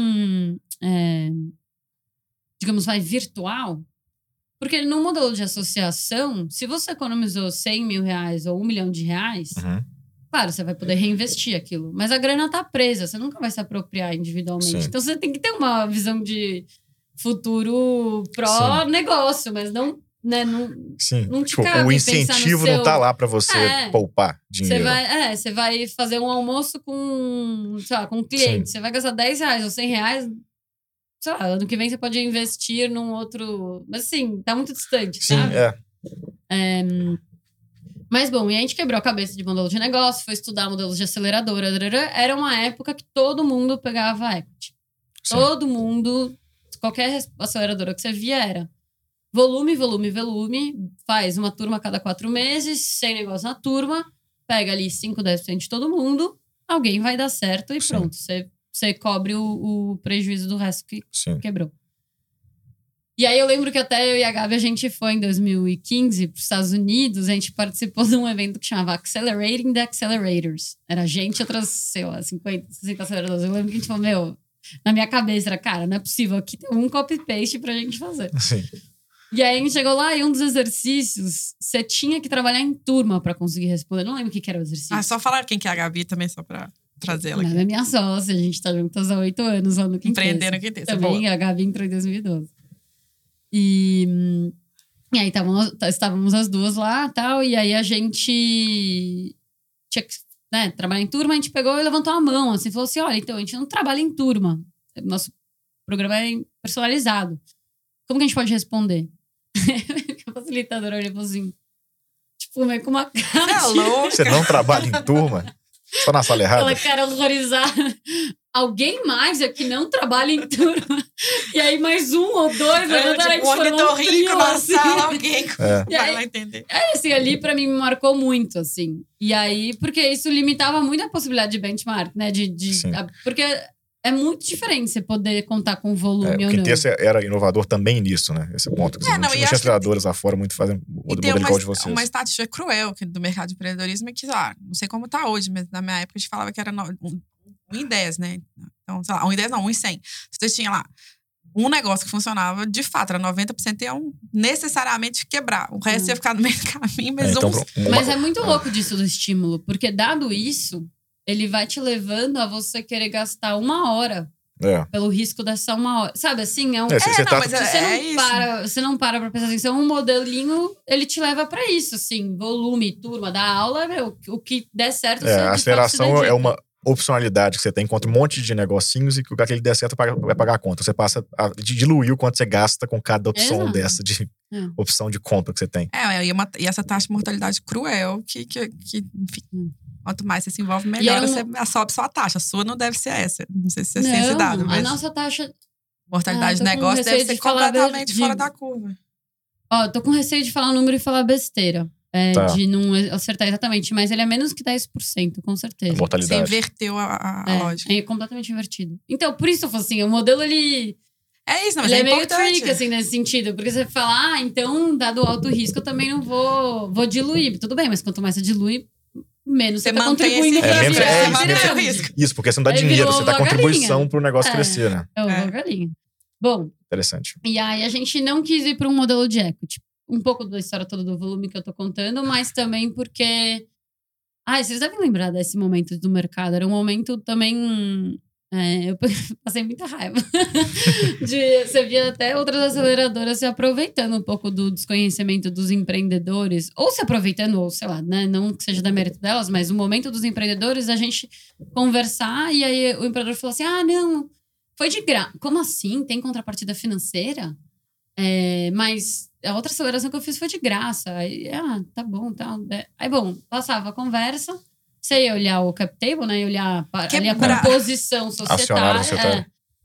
é, digamos, vai, virtual. Porque no modelo de associação, se você economizou cem mil reais ou um milhão de reais, Uhum. claro, você vai poder reinvestir aquilo. Mas a grana tá presa, você nunca vai se apropriar individualmente. Sim. Então você tem que ter uma visão de futuro pró-negócio, mas não, né, não, Sim. Não te Tipo, cabe o pensar no incentivo seu- não tá lá pra você É. poupar você dinheiro. vai, é, você vai fazer um almoço com, sei lá, com um cliente. Sim. Você vai gastar dez reais ou cem reais. Sei lá, ano que vem você pode investir num outro. Mas assim, tá muito distante, Sim, sabe? é. Mas bom, e a gente quebrou a cabeça de modelo de negócio, foi estudar modelos de aceleradora. Darará. Era uma época que todo mundo pegava equity. Sim. Todo mundo, qualquer aceleradora que você via era volume, volume, volume, faz uma turma a cada quatro meses, sem negócio na turma, pega ali cinco, dez por cento de todo mundo, alguém vai dar certo e Sim. pronto. Você, você cobre o, o prejuízo do resto que Sim. quebrou. E aí eu lembro que até eu e a Gabi, a gente foi em dois mil e quinze para os Estados Unidos, a gente participou de um evento que chamava Accelerating the Accelerators. Era a gente e outras, sei lá, cinquenta, sessenta aceleradores. Eu lembro que a gente falou, meu, na minha cabeça era, cara, não é possível, aqui tem um copy-paste pra gente fazer. Sim. E aí a gente chegou lá e um dos exercícios, você tinha que trabalhar em turma pra conseguir responder. Eu não lembro o que que era o exercício. Ah, só falar quem que é a Gabi também, só pra trazer ela Ela aqui. é minha sócia, a gente tá juntas há oito anos lá no Quintessa. Empreendendo que tem. Também a Gabi entrou em dois mil e doze. E, hum, e aí távamos, tá- estávamos as duas lá e tal, e aí a gente tinha que, né, trabalhar em turma, a gente pegou e levantou a mão, assim, falou assim, olha, então, a gente não trabalha em turma, nosso programa é personalizado. Como que a gente pode responder? A facilitadora olhou e falou assim, tipo, meio com uma cara Você é de- louco. Você não trabalha em turma? Só na sala errada? aquela cara horrorizada. Alguém mais aqui não trabalha em turma. E aí mais um ou dois É, levantaram, tipo, um a gente formou um ornitorrinco trio, na assim. sala, alguém É. E aí- vai lá entender. É, assim, ali pra mim me marcou muito, assim. E aí, porque isso limitava muito a possibilidade de benchmark, né? De, de, Sim. a- porque é muito diferente você poder contar com É, volume o ou não. Quintessa era inovador também nisso, né? Esse ponto. É, não, não, tinha e acho que aceleradoras lá fora muito fazendo o E tem modelo uma, igual de vocês. uma estatística cruel que, do mercado de empreendedorismo que, ah, não sei como tá hoje, mas na minha época a gente falava que era no- um, um em dez, né? Então, sei lá, um em dez não, um em cem. Se você tinha lá um negócio que funcionava, de fato, era noventa por cento iam necessariamente quebrar. O resto Hum. ia ficar no meio do caminho, É, mas então, uns... uma- Mas é muito Ah. louco disso do estímulo, porque dado isso, ele vai te levando a você querer gastar uma hora é. pelo risco dessa uma hora. Sabe assim? É um. É, você- você não, tá- mas Se você é, não, é isso. para, você não para pra prestar atenção, um modelinho, ele te leva pra isso, assim. Volume, turma, da aula, meu, o que der certo, É, você, de a fato, aceleração se dedica. é uma opcionalidade que você tem contra um monte de negocinhos e que o que ele der certo paga- vai pagar a conta. Você passa a de- diluir o quanto você gasta com cada opção Exato. dessa de É. opção de compra que você tem. É, e, uma- e essa taxa de mortalidade cruel que, que, que enfim, Hum. quanto mais você se envolve, E melhor era um- você sobe sua taxa. A sua não deve ser essa. Não sei se você tem esse Não, dado, a mas... nossa taxa... Mortalidade Ah, do tô com negócio receio deve ser de falar completamente de- fora da curva. Ó, tô com receio de falar um número e falar besteira. É, Tá. De não acertar exatamente. Mas ele é menos que dez por cento, com certeza. A Você mortalidade. inverteu a, a- a É, lógica. é completamente invertido. Então, por isso eu falo assim, o modelo, ele, É isso, não, mas ele é, é, meio importante. trick, assim, nesse sentido. Porque você fala, ah, então, dado o alto risco, eu também não vou, vou diluir. Tudo bem, mas quanto mais você dilui, menos você, Você tá mantém contribuindo esse pra É, menos- virar é a isso, menos- pirâmide. risco. Isso, porque você não dá Aí dinheiro, virou você dá uma contribuição galinha. pro negócio É. crescer, né? É uma É. galinha. Bom, Interessante. e aí a gente não quis ir para um modelo de equity. Um pouco da história toda do volume que eu tô contando, mas também porque... Ai, vocês devem lembrar desse momento do mercado. Era um momento também... é, eu passei muita raiva. de, você via até outras aceleradoras se aproveitando um pouco do desconhecimento dos empreendedores. Ou se aproveitando, ou sei lá, né? Não que seja da mérito delas, mas o momento dos empreendedores, a gente conversar e aí o empreendedor falou assim, ah, não, foi de graça. Como assim? Tem contrapartida financeira? É, mas a outra aceleração que eu fiz foi de graça. Aí, ah, tá bom, tá. Aí, bom, passava a conversa, você ia olhar o cap table, né? Ia olhar pa- ali a Quebrar. composição Acionário societária. societário. É,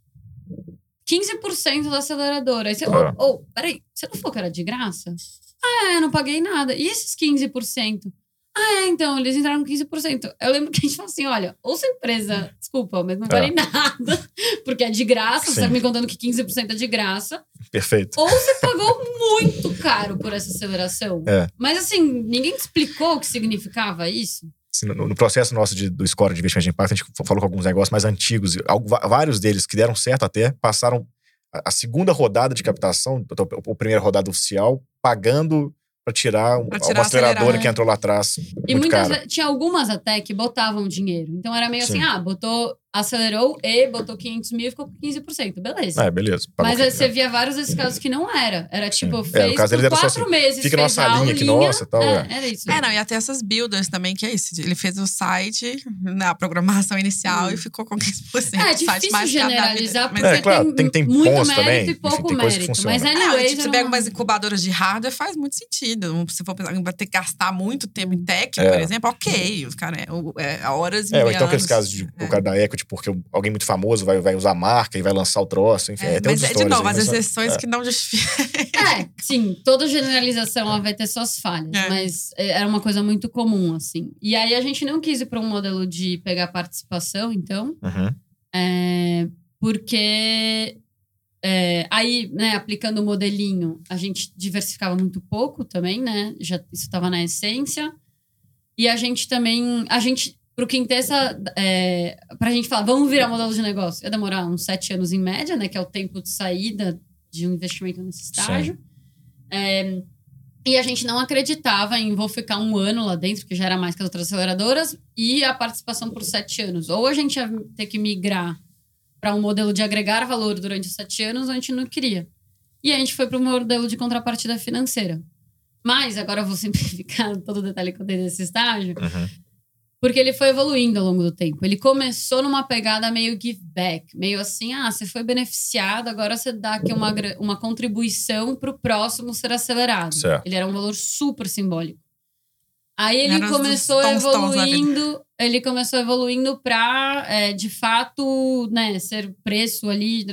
quinze por cento da aceleradora. Aí você, Ah. ô, oh, peraí, você não falou que era de graça? Ah, é, eu não paguei nada. E esses quinze por cento? Ah, é, então, eles entraram com quinze por cento. Eu lembro que a gente falou assim, olha, ou sua empresa, desculpa, mas não vale É. nada, porque é de graça, você Sim. tá me contando que quinze por cento é de graça, Perfeito. ou você pagou muito caro por essa aceleração. É. Mas assim, ninguém explicou o que significava isso. Assim, no, no processo nosso de- do score de investimento de impacto, a gente falou com alguns negócios mais antigos. Algo- va- vários deles que deram certo até, passaram a, a segunda rodada de captação, então, a, a primeira rodada oficial, pagando para tirar, um- Pra tirar uma aceleradora acelerar. que entrou lá atrás. E muito muitas caro. vezes, tinha algumas até que botavam dinheiro. Então era meio Sim. assim, ah, botou, acelerou e botou quinhentos mil e ficou com quinze por cento. Beleza. É, beleza. Pagou Mas aí quinze, você né? via vários desses casos que não era. Era tipo, É, fez no caso deles por era só quatro assim, meses. fica fez nossa a linha aqui aulinha. nossa, tal, É, é. era isso. É, não, e até essas builders também, que é isso. Ele fez o site na programação inicial Hum. e ficou com quinze por cento. É, é O site difícil mais caro da vida. generalizar, Mas porque É, claro, tem, tem- tem muito pontos mérito também, e enfim, pouco tem coisa que mérito. funciona. Mas, Não, e, anyways, tipo, você era pega uma- umas incubadoras de hardware, faz muito sentido. Se for pensar, vai ter que gastar muito tempo em tech, É. por exemplo, ok. Os caras, é, é, horas e É, ou então aqueles anos. casos de É. o cara da equity, porque alguém muito famoso vai, vai usar a marca e vai lançar o troço, enfim. É, É, tem mas outras é, de histórias novo, aí, as mas- exceções é. que não justificam. É, sim, toda generalização ela vai ter suas falhas, É. mas é, era uma coisa muito comum, assim. E aí a gente não quis ir para um modelo de pegar participação, então, Uhum. é, porque é, aí, né, aplicando o modelinho, a gente diversificava muito pouco também, né? Já, isso estava na essência. E a gente também, a gente, pro Quintessa, é, pra gente falar, vamos virar modelo de negócio, ia demorar uns sete anos em média, né? Que é o tempo de saída de um investimento nesse estágio. É, e a gente não acreditava em vou ficar um ano lá dentro, que já era mais que as outras aceleradoras, e a participação por sete anos. Ou a gente ia ter que migrar para um modelo de agregar valor durante os sete anos, ou a gente não queria. E a gente foi para o modelo de contrapartida financeira. Mas, agora eu vou simplificar todo o detalhe que eu dei desse estágio, Uhum. porque ele foi evoluindo ao longo do tempo. Ele começou numa pegada meio give back, meio assim, ah, você foi beneficiado, agora você dá aqui uma, gra- uma contribuição para o próximo ser acelerado. Certo. Ele era um valor super simbólico. Aí ele Era os começou tons, tons da vida. evoluindo, ele começou evoluindo para, é, de fato, né, ser o preço ali.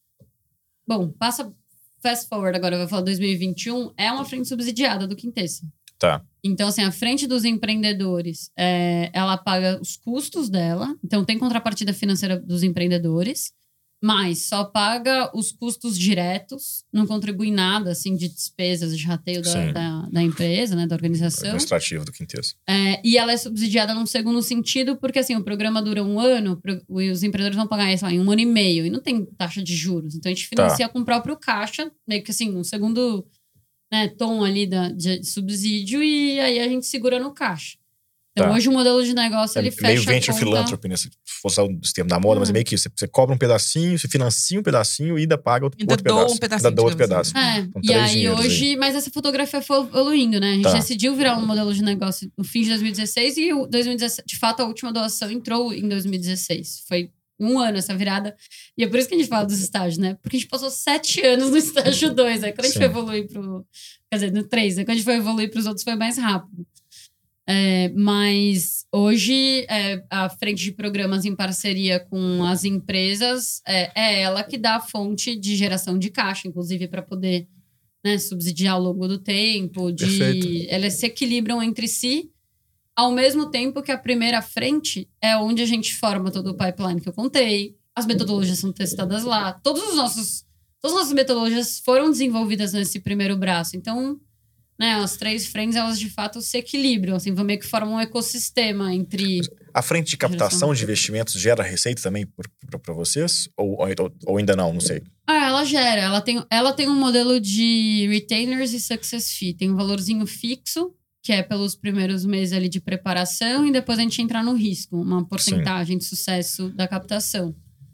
Bom, passa fast forward agora, eu vou falar dois mil e vinte e um, é uma frente subsidiada do Quintessa. Tá. Então, assim, a frente dos empreendedores, é, ela paga os custos dela. Então, tem contrapartida financeira dos empreendedores. Mas só paga os custos diretos. Não contribui nada, assim, de despesas de rateio da, Sim. da, da empresa, né? Da organização. Administrativo do Quintessa. É, e ela é subsidiada num segundo sentido, porque assim, o programa dura um ano pro- e os empreendedores vão pagar isso lá, em um ano e meio, e não tem taxa de juros. Então a gente financia com o próprio caixa, meio que assim, um segundo, né, tom ali da, de subsídio, e aí a gente segura no caixa. Então Tá. hoje o modelo de negócio, ele É fecha meio a venture conta... philanthropy, né? Se fosse usar o termo da moda, mas é Hum. meio que isso. Você, você cobra um pedacinho, você financia um pedacinho e ainda paga outro, Ainda outro dou pedaço. um pedacinho, Ainda dou outro digamos pedaço. É, São e três aí dinheiros hoje, mas essa fotografia foi evoluindo, né? A gente Tá. decidiu virar um modelo de negócio no fim de dois mil e dezesseis e o dois mil e dezessete, de fato, a última doação entrou em dois mil e dezesseis. Foi um ano essa virada. E é por isso que a gente fala dos estágios, né? Porque a gente passou sete anos no estágio dois. Aí quando a gente Sim. foi evoluir pro... Quer dizer, no três. Aí quando a gente foi evoluir pros outros foi mais rápido. É, mas hoje, é, a frente de programas em parceria com as empresas é, é ela que dá a fonte de geração de caixa, inclusive para poder, né, subsidiar ao longo do tempo. De, Perfeito. elas se equilibram entre si, ao mesmo tempo que a primeira frente é onde a gente forma todo o pipeline que eu contei. As metodologias são testadas lá. Todos os nossos, todas as nossas metodologias foram desenvolvidas nesse primeiro braço. Então, né, as três frentes, elas de fato se equilibram, assim, vão meio que formam um ecossistema entre... A frente de captação de investimentos gera receita também para vocês? Ou, ou, ou ainda não, não sei. Ah, ela gera. Ela tem, ela tem um modelo de retainers e success fee. Tem um valorzinho fixo, que é pelos primeiros meses ali de preparação, e depois a gente entra no risco, uma porcentagem Sim. de sucesso da captação.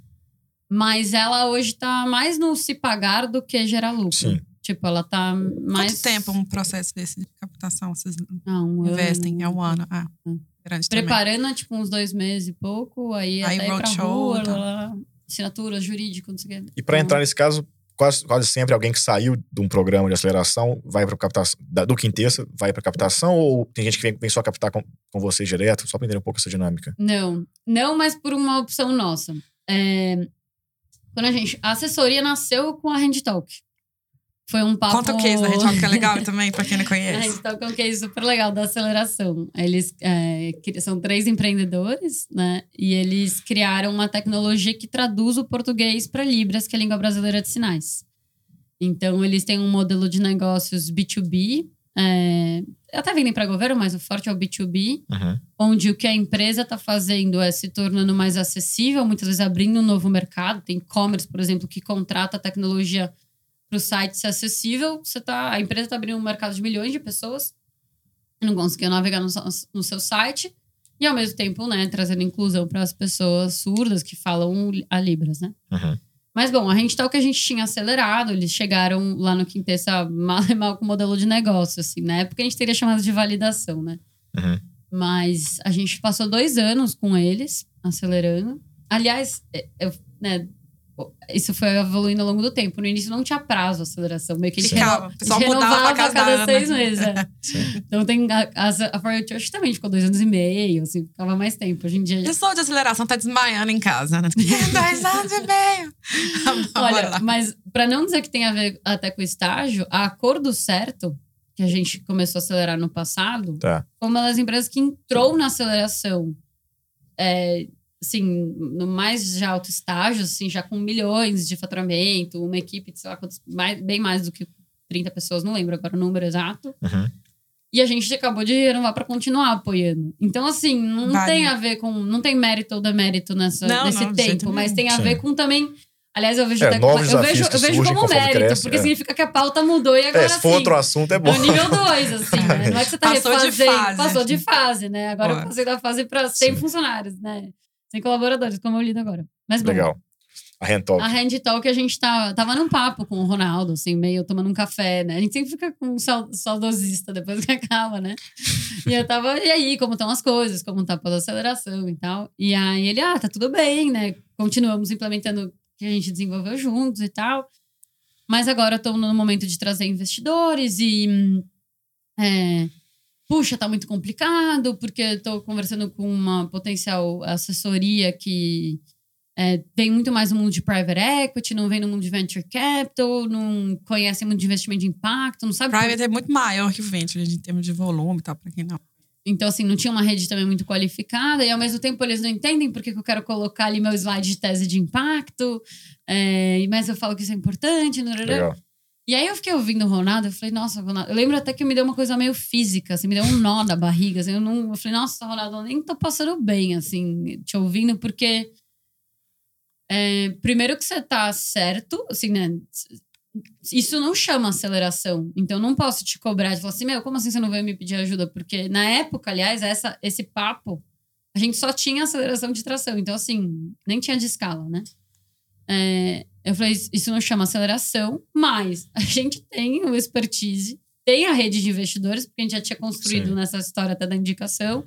Mas ela hoje tá mais no se pagar do que gerar lucro. Sim. Tipo, ela tá mais... Quanto tempo um processo desse de captação vocês ah, um investem? Ano, é um ano. Ah, grande Preparando, também. tipo, uns dois meses e pouco. Aí, aí até ir pra show, rua, tá. lá, assinatura jurídica, não sei o que. E para entrar nesse caso, quase, quase sempre alguém que saiu de um programa de aceleração vai para captação, do Quintessa, vai para captação? Ou tem gente que vem, vem só captar com, com você direto? Só para entender um pouco essa dinâmica. Não. Não, mas por uma opção nossa. É... Quando a gente... A assessoria nasceu com a HandTalk. Foi um papo... Conta o case da HandTalk, que é legal também, pra quem não conhece. A HandTalk é um case super legal da aceleração. Eles é, são três empreendedores, né? E eles criaram uma tecnologia que traduz o português para Libras, que é a língua brasileira de sinais. Então, eles têm um modelo de negócios B dois B. É, até vendem para governo, mas o forte é o B dois B. Uhum. Onde o que a empresa está fazendo é se tornando mais acessível, muitas vezes abrindo um novo mercado. Tem e-commerce, por exemplo, que contrata a tecnologia para o site ser acessível. Você tá, a empresa está abrindo um mercado de milhões de pessoas que não conseguiam navegar no, no seu site. E, ao mesmo tempo, né, trazendo inclusão para as pessoas surdas que falam a Libras, né? Uhum. Mas, bom, a gente tá o que a gente tinha acelerado. Eles chegaram lá no Quintessa mal e mal com o modelo de negócio, assim. Na época, a gente teria chamado de validação, né? Uhum. Mas a gente passou dois anos com eles, acelerando. Aliás, eu, né, isso foi evoluindo ao longo do tempo. No início não tinha prazo a aceleração. Meio que ele Ficava, reno, só mudava a cada seis meses. É. Sim. Então tem a, a, a For You Church também ficou dois anos e meio, assim, ficava mais tempo. Hoje em dia... Pessoa de aceleração tá desmaiando em casa, né? Dois anos e meio. Olha, mas pra não dizer que tem a ver até com o estágio, a Acordo Certo, que a gente começou a acelerar no passado, tá. foi uma das empresas que entrou na aceleração, é, assim, no mais já alto estágio, assim, já com milhões de faturamento, uma equipe de, sei lá, quantos, mais, bem mais do que trinta pessoas, não lembro agora o número exato. Uhum. E a gente acabou de renovar para continuar apoiando. Então, assim, não vale. tem a ver com... Não tem mérito ou demérito nessa, não, nesse não, tempo, mas tem a Sim. ver com também... Aliás, eu vejo, é, até, novos eu vejo, eu vejo como mérito, cresce, porque é. significa que a pauta mudou e agora, é, se for assim, outro assunto, é bom. É o nível dois, assim, né? Não é que você tá passou refazendo, de fase. passou de fase, né? Agora Boa. eu passei da fase para cem Sim. funcionários, né? cem colaboradores, como eu lido agora. Mas bom, legal. A HandTalk. A HandTalk, a gente tá, tava num papo com o Ronaldo, assim, meio tomando um café, né? A gente sempre fica com um saudosista depois que acaba, né? E eu tava, e aí, como estão as coisas? Como tá a aceleração e tal? E aí ele, ah, tá tudo bem, né? Continuamos implementando o que a gente desenvolveu juntos e tal. Mas agora eu tô no momento de trazer investidores e... É, puxa, tá muito complicado, porque eu tô conversando com uma potencial assessoria que... É, vem muito mais no mundo de private equity, não vem no mundo de venture capital, não conhece muito de investimento de impacto, não sabe... Private é muito maior que o venture, em termos de volume e tal, pra quem não. Então, assim, não tinha uma rede também muito qualificada e, ao mesmo tempo, eles não entendem porque que eu quero colocar ali meu slide de tese de impacto, é, mas eu falo que isso é importante. Legal. E aí eu fiquei ouvindo o Ronaldo, eu falei, nossa, Ronaldo... Eu lembro até que me deu uma coisa meio física, assim, me deu um nó na barriga, assim, eu, não, eu falei, nossa, Ronaldo, eu nem tô passando bem, assim, te ouvindo, porque... É, primeiro que você tá certo, assim, né? Isso não chama aceleração. Então, não posso te cobrar de falar assim, meu, como assim você não veio me pedir ajuda? Porque na época, aliás, essa, esse papo, a gente só tinha aceleração de tração. Então, assim, nem tinha de escala, né? É, eu falei, isso não chama aceleração, mas a gente tem o expertise, tem a rede de investidores, porque a gente já tinha construído Sim. nessa história até da indicação.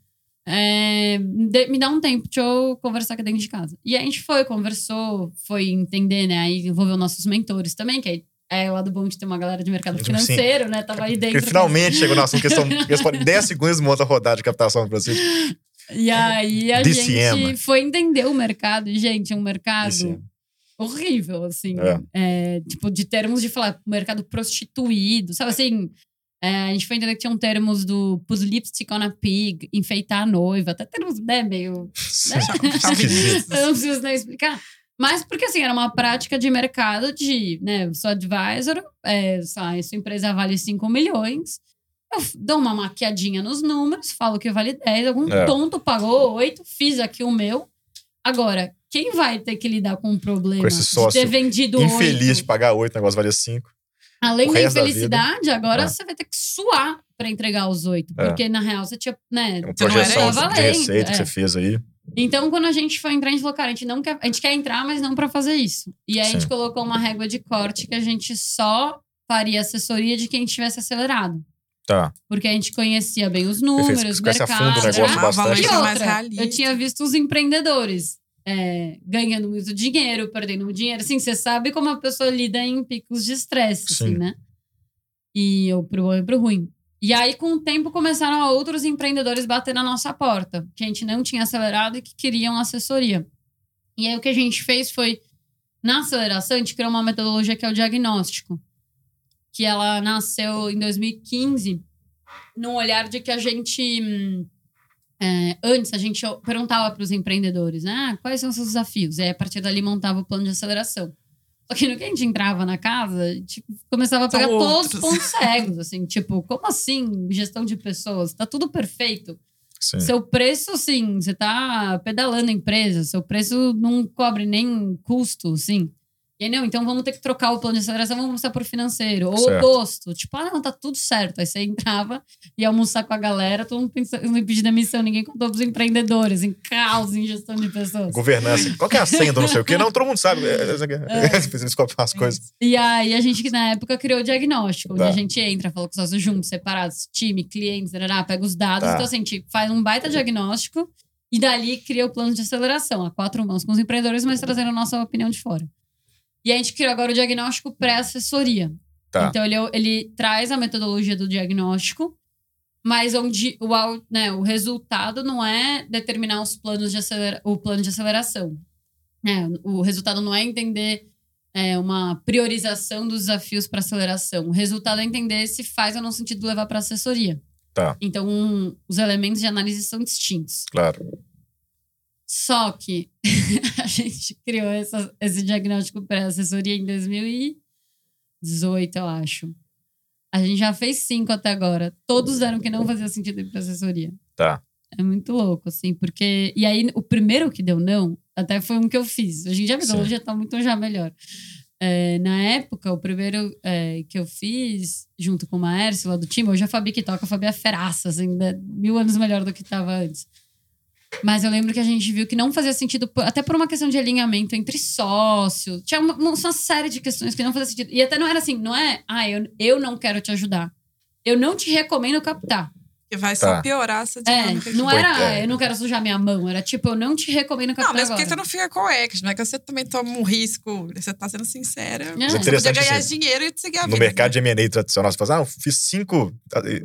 É, de, me dá um tempo, deixa eu conversar aqui dentro de casa. E a gente foi, conversou, foi entender, né? Aí envolveu nossos mentores também, que aí É, o lado bom de ter uma galera de mercado financeiro, Sim. né? Tava aí dentro. Porque finalmente chegou no assunto que são dez segundos e monta a rodada de captação para vocês. E aí a D C M. gente foi entender o mercado. E, gente, é um mercado D C M. horrível, assim. É. É, tipo, de termos de falar mercado prostituído. Sabe assim, é, a gente foi entender que tinham termos do put lipstick on a pig, enfeitar a noiva. Até termos, né, meio... Né? Eu não preciso nem explicar. Mas porque, assim, era uma prática de mercado de, né, eu sou advisor, é, sua empresa vale cinco milhões, eu dou uma maquiadinha nos números, falo que vale dez, algum é. tonto pagou oito, fiz aqui o meu. Agora, quem vai ter que lidar com o problema com esse sócio de ter vendido oito? Infeliz de pagar oito, o negócio valia cinco. Além da infelicidade, da agora é. você vai ter que suar pra entregar os oito. É. Porque, na real, você tinha, né, uma projeção de receita é. que você fez aí. Então, quando a gente foi entrar, a gente falou, cara, a gente, não quer, a gente quer entrar, mas não pra fazer isso. E aí, Sim. a gente colocou uma régua de corte que a gente só faria assessoria de quem tivesse acelerado. Tá. Porque a gente conhecia bem os números, o mercado. Fundo, o negócio bastante. E outra, eu tinha visto os empreendedores é, ganhando muito dinheiro, perdendo muito dinheiro. Assim, você sabe como a pessoa lida em picos de estresse, assim, né? E ou pro bom e pro ruim. E aí, com o tempo, começaram outros empreendedores bater na nossa porta, que a gente não tinha acelerado e que queriam assessoria. E aí, o que a gente fez foi, na aceleração, a gente criou uma metodologia que é o diagnóstico, que ela nasceu em dois mil e quinze, num olhar de que a gente... É, antes, a gente perguntava para os empreendedores, né? Ah, quais são os seus desafios? E aí, a partir dali, montava o plano de aceleração. Só que no que a gente entrava na casa, a gente começava a pegar São todos outros. os pontos cegos, assim, tipo, como assim gestão de pessoas? Tá tudo perfeito. Sim. Seu preço, assim, você tá pedalando a empresa, seu preço não cobre nem custo, assim. E aí, não, então vamos ter que trocar o plano de aceleração, vamos começar por financeiro. Ou o oposto. Tipo, ah, não, tá tudo certo. Aí você entrava e ia almoçar com a galera, todo mundo pensando em pedir demissão, ninguém contou pros empreendedores, em caos, em gestão de pessoas. Governança. Qual que é a senha do não sei o quê? Não, todo mundo sabe. Eles copam as coisas. E aí a gente, na época, criou o diagnóstico, onde tá. a gente entra, fala com os sócios juntos, separados, time, clientes, pega os dados. Tá. Então, assim, a gente faz um baita diagnóstico e dali cria o plano de aceleração, a quatro mãos com os empreendedores, mas trazendo a nossa opinião de fora. E a gente criou agora o diagnóstico pré-assessoria. Tá. Então, ele, ele traz a metodologia do diagnóstico, mas onde o, né, o resultado não é determinar os planos de acelera, o plano de aceleração. É, o resultado não é entender é, uma priorização dos desafios para aceleração. O resultado é entender se faz ou não sentido levar para assessoria. Tá. Então, um, os elementos de análise são distintos. Claro. Só que a gente criou essa, esse diagnóstico pré-assessoria em dois mil e dezoito, eu acho. A gente já fez cinco até agora. Todos eram que não fazia sentido ir pra assessoria. Tá. É muito louco, assim, porque... E aí, o primeiro que deu não, até foi um que eu fiz. Hoje em dia a metodologia tá muito já melhor. É, na época, o primeiro é, que eu fiz, junto com uma Ércia lá do time, hoje a Fabi que toca, a Fabi é feraça, assim, né? mil anos melhor do que tava antes. Mas eu lembro que a gente viu que não fazia sentido, até por uma questão de alinhamento entre sócios. Tinha uma, uma série de questões que não fazia sentido. E até não era assim, não é, ah, eu, eu não quero te ajudar. Eu não te recomendo captar. Que vai só tá. piorar essa dinâmica. É, não era, é. eu não quero sujar minha mão. Era tipo, eu não te recomendo captar. Não, mas agora. porque você não fica coex, não é que você também toma um risco. Você tá sendo sincera. É. Você podia ganhar assim, dinheiro e seguir a no vida. No mercado de M and A tradicional, você fala, ah, eu fiz cinco...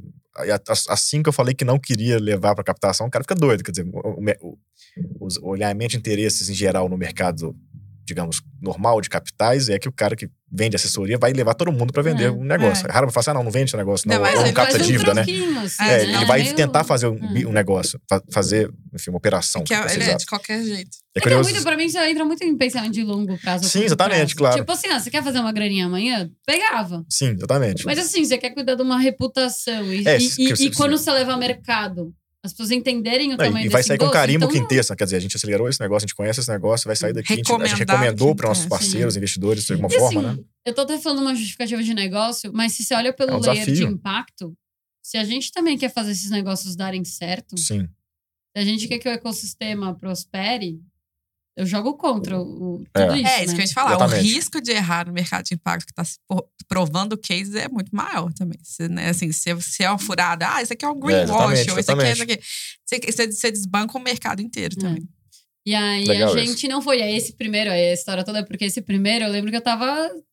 Assim que eu falei que não queria levar para captação, o cara fica doido. Quer dizer, o, o, o, o alinhamento de interesses em geral no mercado, digamos, normal de capitais, é que o cara que vende assessoria vai levar todo mundo para vender é, um negócio. É, é raro pra falar assim, ah, não, não vende esse negócio, não, não ou não capta dívida, né? Assim, é, né? Ele vai meio... tentar fazer um, um negócio, fazer, enfim, uma operação. Que é, ele é de qualquer jeito. É é muito, pra mim, isso entra muito em pensamento de longo prazo. Sim, exatamente, prazo. claro. Tipo assim, ah, você quer fazer uma graninha amanhã? Pegava. Sim, exatamente. Mas assim, você quer cuidar de uma reputação. E, é, e, que, e, que, e quando você leva ao mercado, as pessoas entenderem o não, tamanho e vai desse sair com carimbo então, quem terça. Quer dizer, a gente acelerou esse negócio, a gente conhece esse negócio, vai sair daqui. A gente, a gente recomendou para nossos parceiros, sim. investidores, de alguma e forma, assim, né? Eu tô até falando uma justificativa de negócio, mas se você olha pelo é um layer desafio. de impacto, se a gente também quer fazer esses negócios darem certo, sim. se a gente quer que o ecossistema prospere, eu jogo contra o, tudo é. isso. É, isso né? que eu ia te falar. Exatamente. O risco de errar no mercado de impacto que está se provando o case é muito maior também. Se, né, assim, se, se é uma furada, ah, isso aqui é um greenwash, é, ou isso aqui é isso aqui. Você, você desbanca o mercado inteiro é. também. E aí Legal a gente isso. não foi. Aí esse primeiro, aí a história toda é porque esse primeiro, eu lembro que eu tava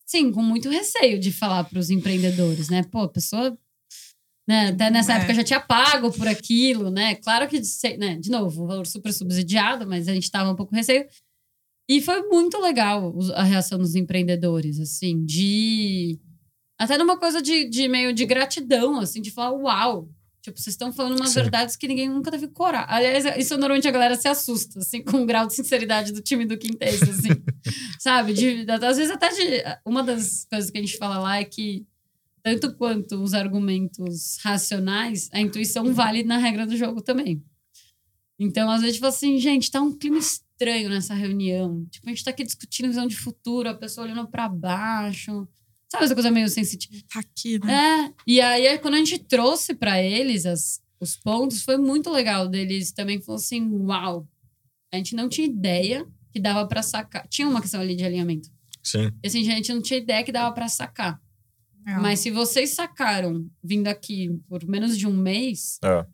sim, com muito receio de falar para os empreendedores, né? Pô, a pessoa, né, até nessa É. época já tinha pago por aquilo, né? Claro que, né, de novo, o valor super subsidiado, mas a gente tava um pouco com receio. E foi muito legal a reação dos empreendedores, assim, de... Até numa coisa de, de meio de gratidão, assim, de falar, uau, tipo, vocês estão falando umas Sim. verdades que ninguém nunca teve coragem. Aliás, isso normalmente a galera se assusta, assim, com o grau de sinceridade do time do Quintês, assim. Sabe? De, às vezes até de... Uma das coisas que a gente fala lá é que, tanto quanto os argumentos racionais, a intuição vale na regra do jogo também. Então, às vezes, tipo assim, gente, tá um clima estranho nessa reunião. Tipo, a gente tá aqui discutindo visão de futuro, a pessoa olhando pra baixo. Sabe essa coisa meio sensitiva? Tá aqui, né? É, e aí quando a gente trouxe pra eles as, os pontos, foi muito legal deles também. Falou assim, uau, a gente não tinha ideia que dava pra sacar. Tinha uma questão ali de alinhamento. Sim. E assim, a gente não tinha ideia que dava pra sacar. É. Mas se vocês sacaram vindo aqui por menos de um mês, É.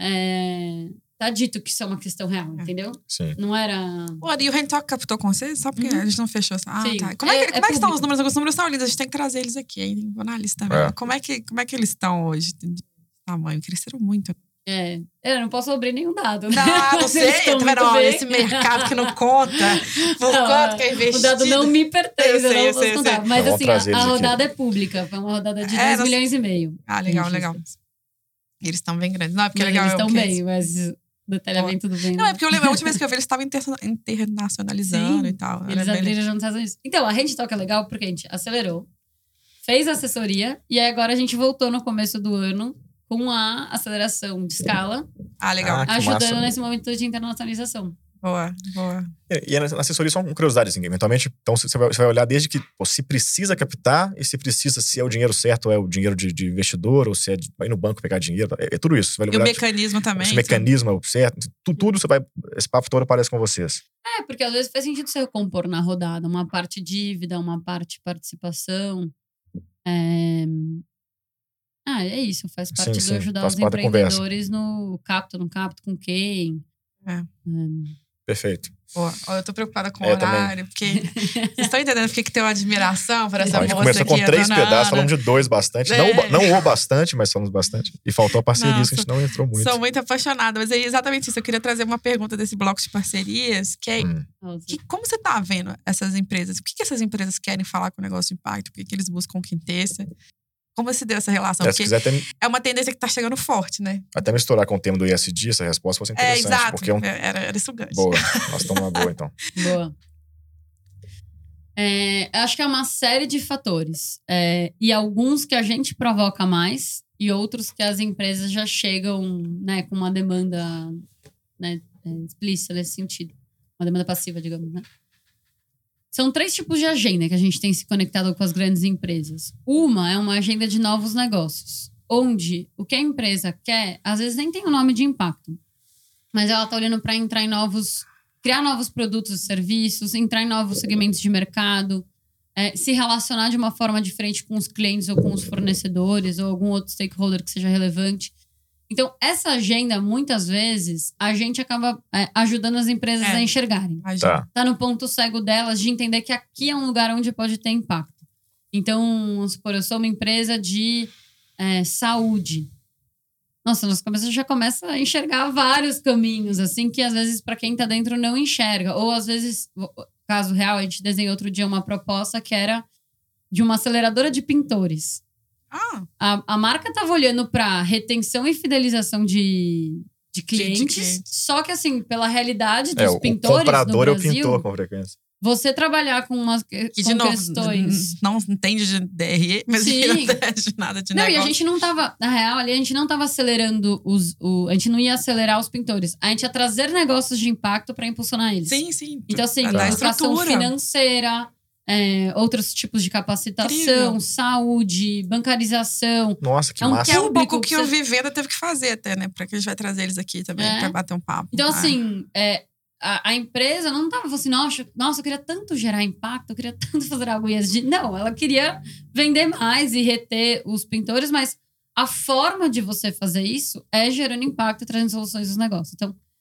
é, tá dito que isso é uma questão real, entendeu? Sim. Não era... Pô, e o Rentalk captou com vocês? Só porque Uhum. a gente não fechou. Ah, Sim. tá. Como é, que, É- como é é que estão público. os números? Os números estão lindos. A gente tem que trazer eles aqui, hein? Vou na lista também. É. Como, é que, como é que eles estão hoje? De tamanho? Cresceram muito. É, eu não posso abrir nenhum dado. Né? Não, não Eles sei. estão Tá vendo? muito Olha, bem. esse mercado que não conta. Por Não, quanto que é investido. O dado não me pertence, Eu eu, sei, não eu posso sei, eu contar. sei. Mas Então, assim, vamos trazer a, a eles aqui. rodada é pública. Foi uma rodada de É, dois nós- milhões e meio. Ah, legal, Gente, legal. Eles estão bem grandes. Não, é porque Mas é legal. eles é estão o que- bem, mas o detalhamento do bem. Não, é porque eu lembro, a última vez que eu vi, eles estavam interna- internacionalizando Sim, e tal. Era Eles bem abriram já nos Estados Unidos. Então, a Rede Talk é legal porque a gente acelerou, fez a assessoria e aí agora a gente voltou no começo do ano com a aceleração de escala, Ah, legal. Ah, que ajudando massa. nesse momento de internacionalização. Boa, boa. E, e na assessoria só uma curiosidade, assim, eventualmente, então você vai, você vai olhar desde que pô, se precisa captar e se precisa, se é o dinheiro certo ou é o dinheiro de, de investidor ou se é de, vai no banco pegar dinheiro, é, é tudo isso. Você vai E o olhar, mecanismo também. esse mecanismo é o certo, tudo, tudo você vai, esse papo todo aparece com vocês. É, porque às vezes faz sentido você recompor na rodada uma parte dívida, uma parte participação. É... Ah, é isso. Faz parte Sim, do sim, ajudar faz os parte da conversa. empreendedores no capto, não capto, com quem. É. Perfeito. Boa. Ó, eu tô preocupada com o É, também. horário, porque vocês estão entendendo por que que tem uma admiração por essa A gente moça começou aqui, com a três dona pedaços, Ana. falamos de dois bastante. É. Não, o ba- não o bastante, mas falamos bastante. E faltou a parceria, Nossa. que a gente não entrou muito. Sou muito apaixonada, mas é exatamente isso. Eu queria trazer uma pergunta desse bloco de parcerias, que é Hum. que, como você tá vendo essas empresas? O que, que essas empresas querem falar com o negócio de impacto? Por que, que eles buscam Quintessa? Como se deu essa relação? É, se Porque quiser até, é uma tendência que tá chegando forte, né? até misturar com o tema do E S G, essa resposta fosse É, interessante. exato. Porque é um... Era, era isso o gancho. Boa, nós estamos na boa, então. Boa. É, acho que é uma série de fatores. É, e alguns que a gente provoca mais e outros que as empresas já chegam, né, com uma demanda, né, é, explícita nesse sentido. Uma demanda passiva, digamos, né? São três tipos de agenda que a gente tem se conectado com as grandes empresas. Uma é uma agenda de novos negócios, onde o que a empresa quer, às vezes nem tem o nome de impacto, mas ela está olhando para entrar em novos, criar novos produtos e serviços, entrar em novos segmentos de mercado, é, se relacionar de uma forma diferente com os clientes ou com os fornecedores ou algum outro stakeholder que seja relevante. Então, essa agenda, muitas vezes, a gente acaba é, ajudando as empresas É. a enxergarem. Imagina. Tá. Tá no ponto cego delas de entender que aqui é um lugar onde pode ter impacto. Então, vamos supor, eu sou uma empresa de é, saúde. Nossa, nossa cabeça já começa a enxergar vários caminhos, assim, que às vezes para quem tá dentro não enxerga. Ou às vezes, caso real, a gente desenhou outro dia uma proposta que era de uma aceleradora de pintores. Ah, A, a marca tava olhando para retenção e fidelização de, de clientes, clientes. só que assim, pela realidade dos É, o pintores comprador no é o Brasil, pintor com frequência. você trabalhar com umas que de com novo, questões... não entende de D R E, mas Sim. não entende nada de Não, negócio. e a gente não tava, na real, ali a gente não tava acelerando os, o, a gente não ia acelerar os pintores, a gente ia trazer negócios de impacto para impulsionar eles. Sim, sim. Então assim, Pra dar educação estrutura. financeira, é, outros tipos de capacitação, Incrível. saúde, bancarização. Nossa, que É um massa. Que é um público pouco que que o você- Vivenda teve que fazer até, né? Pra que a gente vai trazer eles aqui também, É. pra bater um papo. Então, Ah. assim, é, a, a empresa não tava falando assim, nossa, nossa, eu queria tanto gerar impacto, eu queria tanto fazer algo E S G. Não, ela queria vender mais e reter os pintores, mas a forma de você fazer isso é gerando impacto e trazendo soluções dos negócios. Então,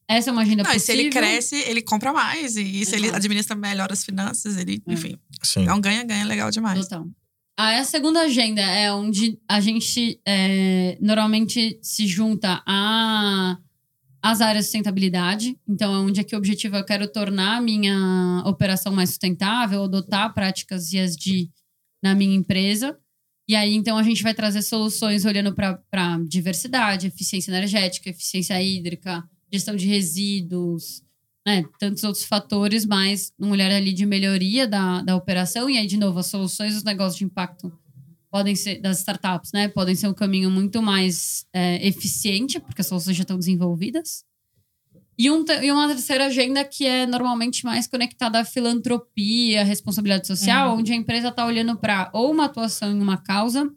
essa é uma agenda Não, e possível. se ele cresce, ele compra mais. E se ele Exato. administra melhor as finanças, ele, É. enfim. Sim. É um ganha-ganha legal demais. Total. Aí a segunda agenda é onde a gente é, normalmente se junta a, as áreas de sustentabilidade. Então, é onde é que o objetivo é eu quero tornar a minha operação mais sustentável, adotar práticas E S G na minha empresa. E aí, então, a gente vai trazer soluções olhando para diversidade, eficiência energética, eficiência hídrica, gestão de resíduos, né? Tantos outros fatores, mas uma olhar ali de melhoria da, da operação. E aí, de novo, as soluções dos negócios de impacto podem ser, das startups, né? Podem ser um caminho muito mais é, eficiente, porque as soluções já estão desenvolvidas. E, um, e uma terceira agenda que é normalmente mais conectada à filantropia, à responsabilidade social, Uhum. onde a empresa está olhando para ou uma atuação em uma causa,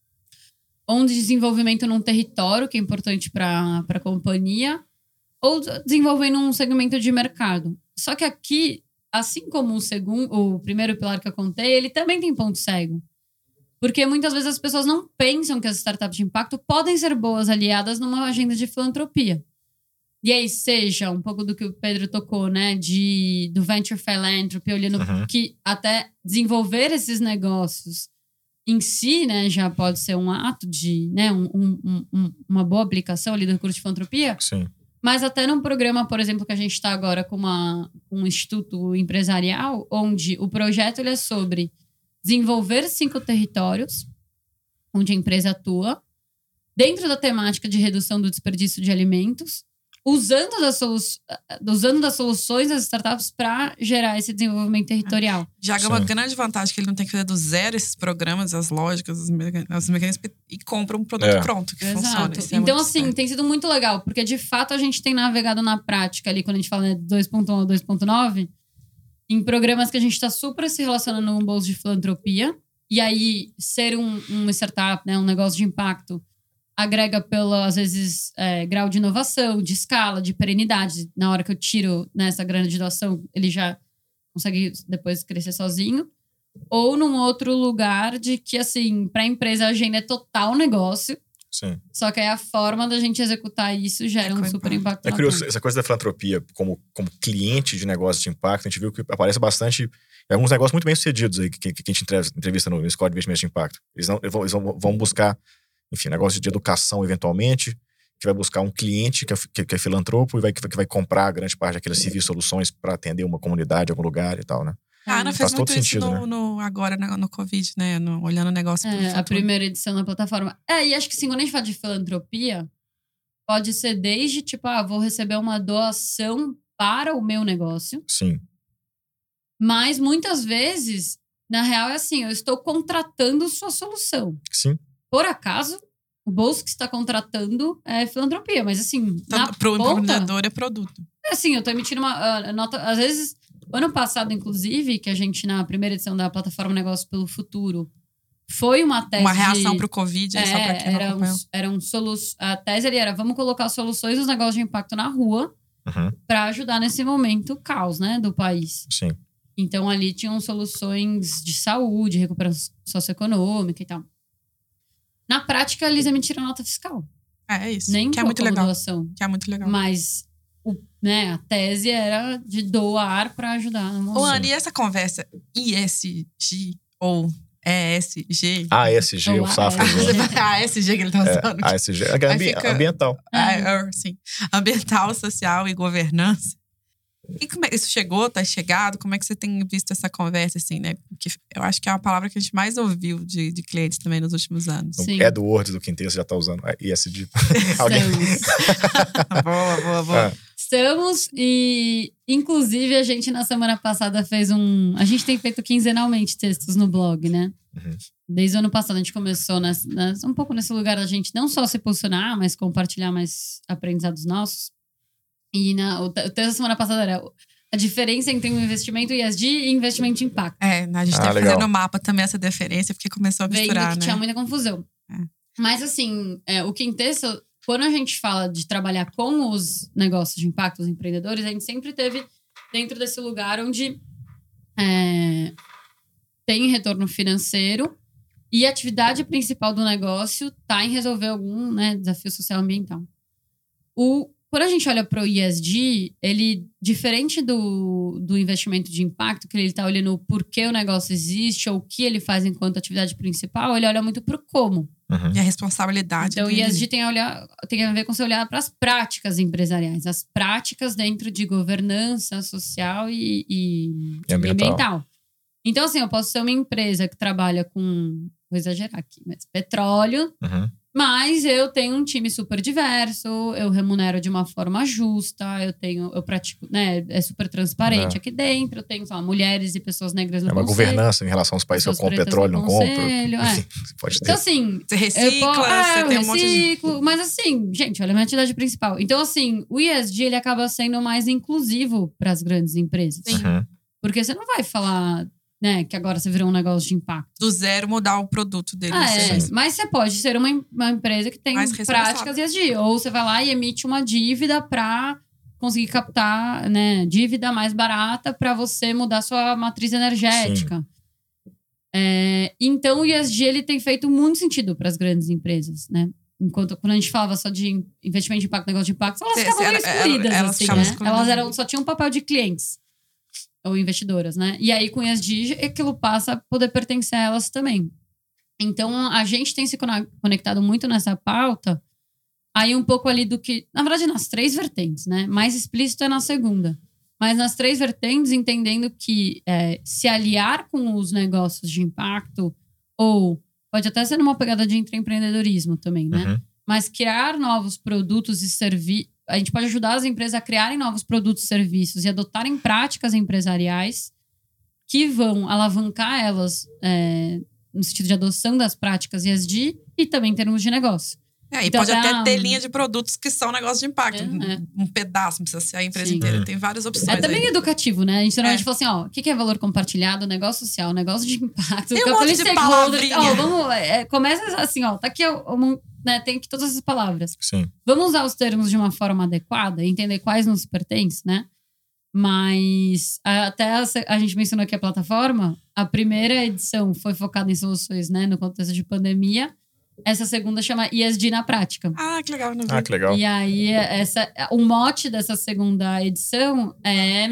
ou um desenvolvimento num território, que é importante para a companhia, ou desenvolvendo um segmento de mercado. Só que aqui, assim como o, segundo, o primeiro pilar que eu contei, ele também tem ponto cego. Porque muitas vezes as pessoas não pensam que as startups de impacto podem ser boas aliadas numa agenda de filantropia. E aí, seja um pouco do que o Pedro tocou, né? De, do Venture Philanthropy, olhando Uhum. que até desenvolver esses negócios em si, né? Já pode ser um ato de, né? Um, um, um, uma boa aplicação ali do recurso de filantropia. Sim. Mas até num programa, por exemplo, que a gente está agora com uma, um instituto empresarial, onde o projeto ele é sobre desenvolver cinco territórios onde a empresa atua, dentro da temática de redução do desperdício de alimentos, usando das, solu usando das soluções das startups para gerar esse desenvolvimento territorial. Já é uma grande vantagem que ele não tem que fazer do zero esses programas, as lógicas, os mecanismos, e compra um produto É. pronto que Exato. funciona. Isso é Então, muito assim, certo. tem sido muito legal, porque de fato a gente tem navegado na prática ali, quando a gente fala né, dois ponto um ou dois ponto nove, em programas que a gente está super se relacionando no bolso de filantropia. E aí, ser um, uma startup, né, um negócio de impacto, agrega pelo, às vezes, é, grau de inovação, de escala, de perenidade. Na hora que eu tiro nessa grana de doação, ele já consegue depois crescer sozinho. Ou num outro lugar de que, assim, para a empresa a agenda é total negócio. Sim. Só que aí a forma da gente executar isso gera É um super impacto. É curioso, na essa coisa da filantropia como, como cliente de negócio de impacto, a gente viu que aparece bastante em alguns negócios muito bem sucedidos aí, que, que a gente entrevista no Escola de Investimento de Impacto. Eles, não, eles, vão, eles vão, vão buscar, enfim, negócio de educação eventualmente, que vai buscar um cliente que é, que, que é filantropo e vai, que vai comprar grande parte daqueles serviços e soluções para atender uma comunidade, algum lugar e tal, né? A Ana É. fez Faz muito todo isso sentido, no, né? no- agora no, no Covid, né? No, olhando o negócio pelo É, a futuro. primeira edição da plataforma. É, e acho que assim, quando a gente fala de filantropia, pode ser desde, tipo, ah, vou receber uma doação para o meu negócio. Sim. Mas, muitas vezes, na real, é assim, eu estou contratando sua solução. Sim. Por acaso, o bolso que está contratando é filantropia. Mas, assim, Então, na pro ponta, empreendedor é produto. é assim, eu tô emitindo uma uh, nota... Às vezes, ano passado, inclusive, que a gente, na primeira edição da plataforma Negócio pelo Futuro, foi uma tese Uma reação de... pro Covid, aí só pra É, quem não era um, acompanhou. era um solu... a tese ali era vamos colocar soluções dos negócios de impacto na rua Uhum. para ajudar nesse momento caos, né, do país. Sim. Então ali tinham soluções de saúde, recuperação socioeconômica e tal. Na prática, eles emitiram nota fiscal. É, é isso. Nem que é como muito legal. doação. Que é muito legal. Mas o, né, a tese era de doar para ajudar no Ô, momento. Ana, e essa conversa I S G ou E S G? A S G, Ou o Safra. A S G. né? A S G que ele tá usando. É, A S G, é ambi fica- ambiental. Ah, é, sim. Ambiental, social e governança. E como é isso chegou, tá chegado? Como é que você tem visto essa conversa, assim, né? Porque eu acho que é uma palavra que a gente mais ouviu de, de clientes também nos últimos anos. Sim. É do Word, do Quinteiro, você já tá usando. É I S G. Alguém- Estamos. boa, boa, boa. Ah, Estamos e, inclusive, a gente na semana passada fez um... A gente tem feito quinzenalmente textos no blog, né? Uhum. Desde o ano passado a gente começou nessa, nessa- um pouco nesse lugar da gente não só se posicionar, mas compartilhar mais aprendizados nossos. E na, o, te- o texto da semana passada era a diferença entre um investimento I S G e investimento de impacto. É, a gente Ah, teve que legal. fazer no mapa também essa diferença, porque começou a Vendo misturar, que né? tinha muita confusão. É. Mas, assim, é, o Quintesso, quando a gente fala de trabalhar com os negócios de impacto, os empreendedores, a gente sempre teve dentro desse lugar onde é, tem retorno financeiro e a atividade principal do negócio está em resolver algum, né, desafio social ambiental. O quando a gente olha para o E S G, ele, diferente do, do investimento de impacto, que ele está olhando o porquê o negócio existe ou o que ele faz enquanto atividade principal, ele olha muito para o como. Uhum. E a responsabilidade Então, o dele. E S G tem a, olhar, tem a ver com você olhar para as práticas empresariais, as práticas dentro de governança social e, e, E ambiental. ambiental. Então, assim, eu posso ser uma empresa que trabalha com, vou exagerar aqui, mas petróleo, Uhum. mas eu tenho um time super diverso, eu remunero de uma forma justa, eu tenho, eu pratico, né, é super transparente É. aqui dentro, eu tenho, sei lá, mulheres e pessoas negras no É uma conselho. governança em relação aos países que eu Pessoas compro pretas petróleo, no não compro. conselho, é. Enfim, você pode ter. Então, assim, Você eu, recicla, po- é, você eu tem um monte de... reciclo, mas assim, gente, olha a minha atividade principal. Então, assim, o E S G, ele acaba sendo mais inclusivo para as grandes empresas. Sim. Uhum. Porque você não vai falar, né, que agora você virou um negócio de impacto. Do zero mudar o produto dele. Ah, é. Sim. Mas você pode ser uma, em- uma empresa que tem Mais responsável. práticas E S G. Ou você vai lá e emite uma dívida para conseguir captar, né, dívida mais barata para você mudar sua matriz energética. É, então, o E S G ele tem feito muito sentido para as grandes empresas, né? Enquanto quando a gente falava só de investimento de impacto, negócio de impacto, elas Sim, ficavam meio ela- ela- excluídas, elas assim, ficavam né? excluídas. Elas eram, só tinham um papel de clientes ou investidoras, né? E aí, com o E S G, aquilo passa a poder pertencer a elas também. Então, a gente tem se cona- conectado muito nessa pauta, aí um pouco ali do que... Na verdade, nas três vertentes, né? Mais explícito é na segunda. Mas nas três vertentes, entendendo que é, se aliar com os negócios de impacto, ou pode até ser numa pegada de intraempreendedorismo também, né? Uhum. Mas criar novos produtos e serviços... A gente pode ajudar as empresas a criarem novos produtos e serviços e adotarem práticas empresariais que vão alavancar elas é, no sentido de adoção das práticas E S G e também em termos de negócio. É, e Então, pode até até a- ter linha de produtos que são negócio de impacto. É, um, é. um pedaço, não precisa ser a empresa Sim. inteira. Tem várias opções É também aí. educativo, né? A gente normalmente É. fala assim, ó, o que que é valor compartilhado, negócio social, negócio de impacto. Tem um que eu monte falei de stakeholder, palavrinha. ó, vamos, é, começa assim, ó, tá aqui, ó, um, né, tem aqui todas essas palavras. Sim. Vamos usar os termos de uma forma adequada, entender quais nos pertencem, né? Mas a- até a, a gente mencionou aqui a plataforma, a primeira edição foi focada em soluções, né, no contexto de pandemia. Essa segunda chama E S G na prática. Ah, que legal. Não vi. Ah, que legal. E aí, essa, o mote dessa segunda edição é,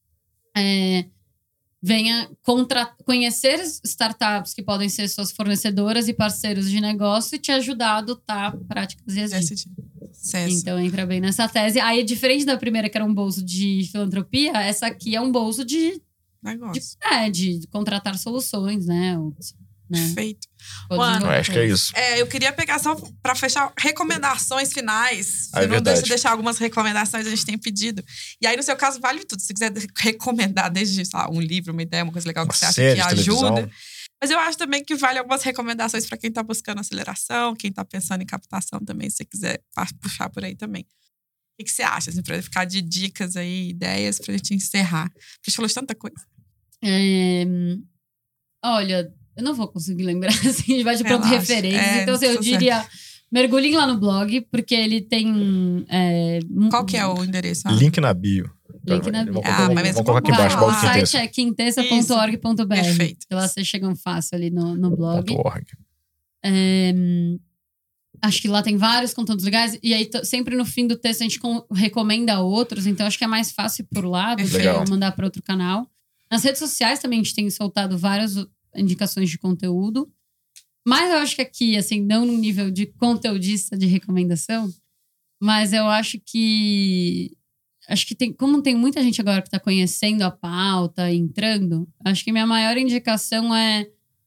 é venha contra, conhecer startups que podem ser suas fornecedoras e parceiros de negócio e te ajudar a adotar práticas E S G. S G. Sucesso. Então, entra bem nessa tese. Aí, diferente da primeira, que era um bolso de filantropia, essa aqui é um bolso de, Negócio. de, é, de contratar soluções, né? Ou, né? Perfeito. Ou Mano, desenvolver Eu acho que é coisas. isso. É, eu queria pegar só pra fechar recomendações finais. Ah, é Se não verdade. deixa deixar algumas recomendações, a gente tem pedido. E aí, no seu caso, vale tudo. Se quiser recomendar desde, sei lá, um livro, uma ideia, uma coisa legal que Uma você acha série que de televisão. ajuda. Mas eu acho também que vale algumas recomendações pra quem tá buscando aceleração, quem tá pensando em captação também, se você quiser puxar por aí também. O que, que você acha, assim, pra ficar de dicas aí, ideias pra gente encerrar? Porque a gente falou de tanta coisa. É, olha, eu não vou conseguir lembrar assim, de pronto Relaxa. referências. É, então, assim, eu tá diria, mergulhem lá no blog, porque ele tem. É, um- Qual que é o endereço? Ah, Link na bio. Link na Eu bio. Vou, Ah, vou- mas vou colocar aqui vamos embaixo, lá. igual O o site Quintessa. é quintessa ponto org ponto b r. Perfeito. Lá vocês chegam fácil ali no, no blog. Ponto org. É, acho que lá tem vários conteúdos legais. E aí, t- sempre no fim do texto, a gente com- recomenda outros. Então, acho que é mais fácil ir por lá do que Legal. mandar para outro canal. Nas redes sociais também a gente tem soltado várias indicações de conteúdo. Mas eu acho que aqui, assim, não no nível de conteudista de recomendação, mas eu acho que... Acho que tem, como tem muita gente agora que está conhecendo a pauta, entrando, acho que minha maior indicação é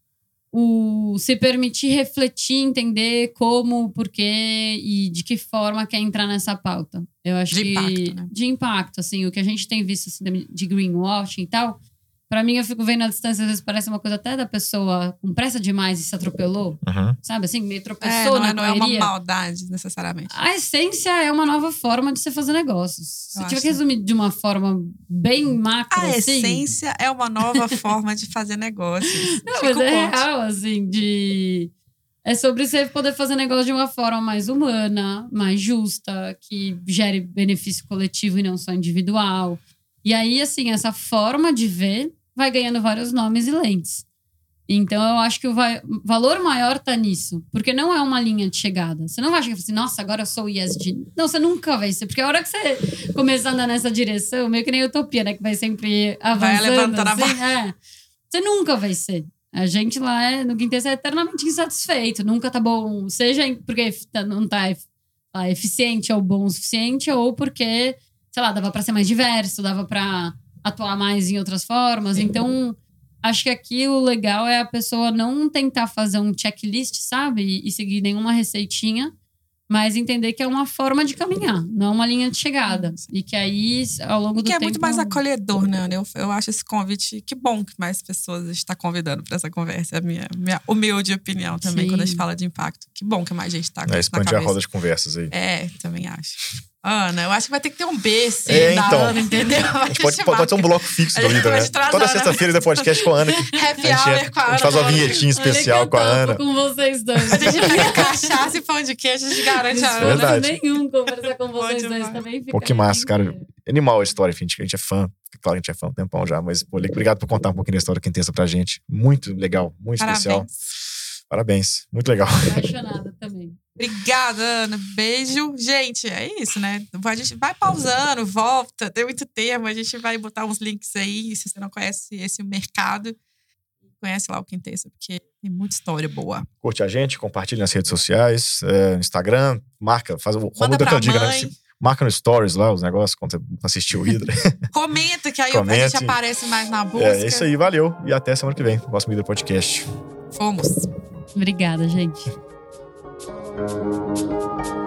o se permitir refletir, entender como, porquê e de que forma quer entrar nessa pauta. Eu acho De que... impacto, né? De impacto, assim. O que a gente tem visto assim, de greenwashing e tal... Pra mim, eu fico vendo à distância, às vezes parece uma coisa até da pessoa com pressa demais e se atropelou. Uhum. Sabe, assim, meio É, tropeçou não, é, na não é uma correria. maldade, necessariamente. A essência é uma nova forma de você fazer negócios. Se Eu tiver acho. que resumir de uma forma bem macro, A assim... essência é uma nova forma de fazer negócios. Não, Fica mas o é ponto. real, assim, de... É sobre você poder fazer negócio de uma forma mais humana, mais justa, que gere benefício coletivo e não só individual. E aí, assim, essa forma de ver vai ganhando vários nomes e lentes. Então, eu acho que o va- valor maior tá nisso. Porque não é uma linha de chegada. Você não vai chegar e falar assim, nossa, agora eu sou o E S G. Não, você nunca vai ser. Porque a hora que você começar a andar nessa direção, meio que nem utopia, né? Que vai sempre avançando. Vai levantando a assim, é. Você nunca vai ser. A gente lá é, no Quintessa é eternamente insatisfeito. Nunca tá bom. Seja porque não tá ah, eficiente ou bom o suficiente, ou porque, sei lá, dava pra ser mais diverso, dava pra atuar mais em outras formas. Então, acho que aqui o legal é a pessoa não tentar fazer um checklist, sabe? E, e seguir nenhuma receitinha, mas entender que é uma forma de caminhar, não é uma linha de chegada. E que aí, ao longo E do que tempo... é muito mais acolhedor, né? Eu, eu acho esse convite... Que bom que mais pessoas estão convidando para essa conversa. É a minha, minha humilde opinião também, Sim. quando a gente fala de impacto. Que bom que mais gente está com É, isso na expandir a cabeça. roda de conversas aí. É, também acho. Ana, eu acho que vai ter que ter um B, C É, da então. Ana, entendeu? A gente pode, pode ter um bloco fixo do Hidra, né? Toda sexta-feira do podcast com a Ana. Que Happy a, gente, hour com a a Ana. gente faz uma vinhetinha especial com a Ana. com vocês dois. A gente pega cachaça e pão de queijo, a gente garante a Ana. Verdade. nenhum conversar com Bom vocês demais. dois também. Fica Pô, que aí massa, cara. inteiro. Animal a história, enfim. A gente é fã. Claro que a gente é fã há um tempão já, mas pô, obrigado por contar um pouquinho da história Quintessa pra gente. Muito legal, muito Parabéns. especial. Parabéns. Muito legal. Apaixonada também. Obrigada, Ana. Beijo. Gente, é isso, né? A gente vai pausando, volta. Tem muito termo. A gente vai botar uns links aí. Se você não conhece esse mercado, conhece lá o Quintessa, porque tem muita história boa. Curte a gente, compartilha nas redes sociais, é, Instagram, marca, faz o como Manda o Doutor pra diga, né? mãe. Você marca no Stories lá os negócios quando você assistiu o Hidra. Comenta, que aí Comente. a gente aparece mais na busca. É isso aí, valeu. E até semana que vem, próximo Hidra Podcast. Fomos. Obrigada, gente.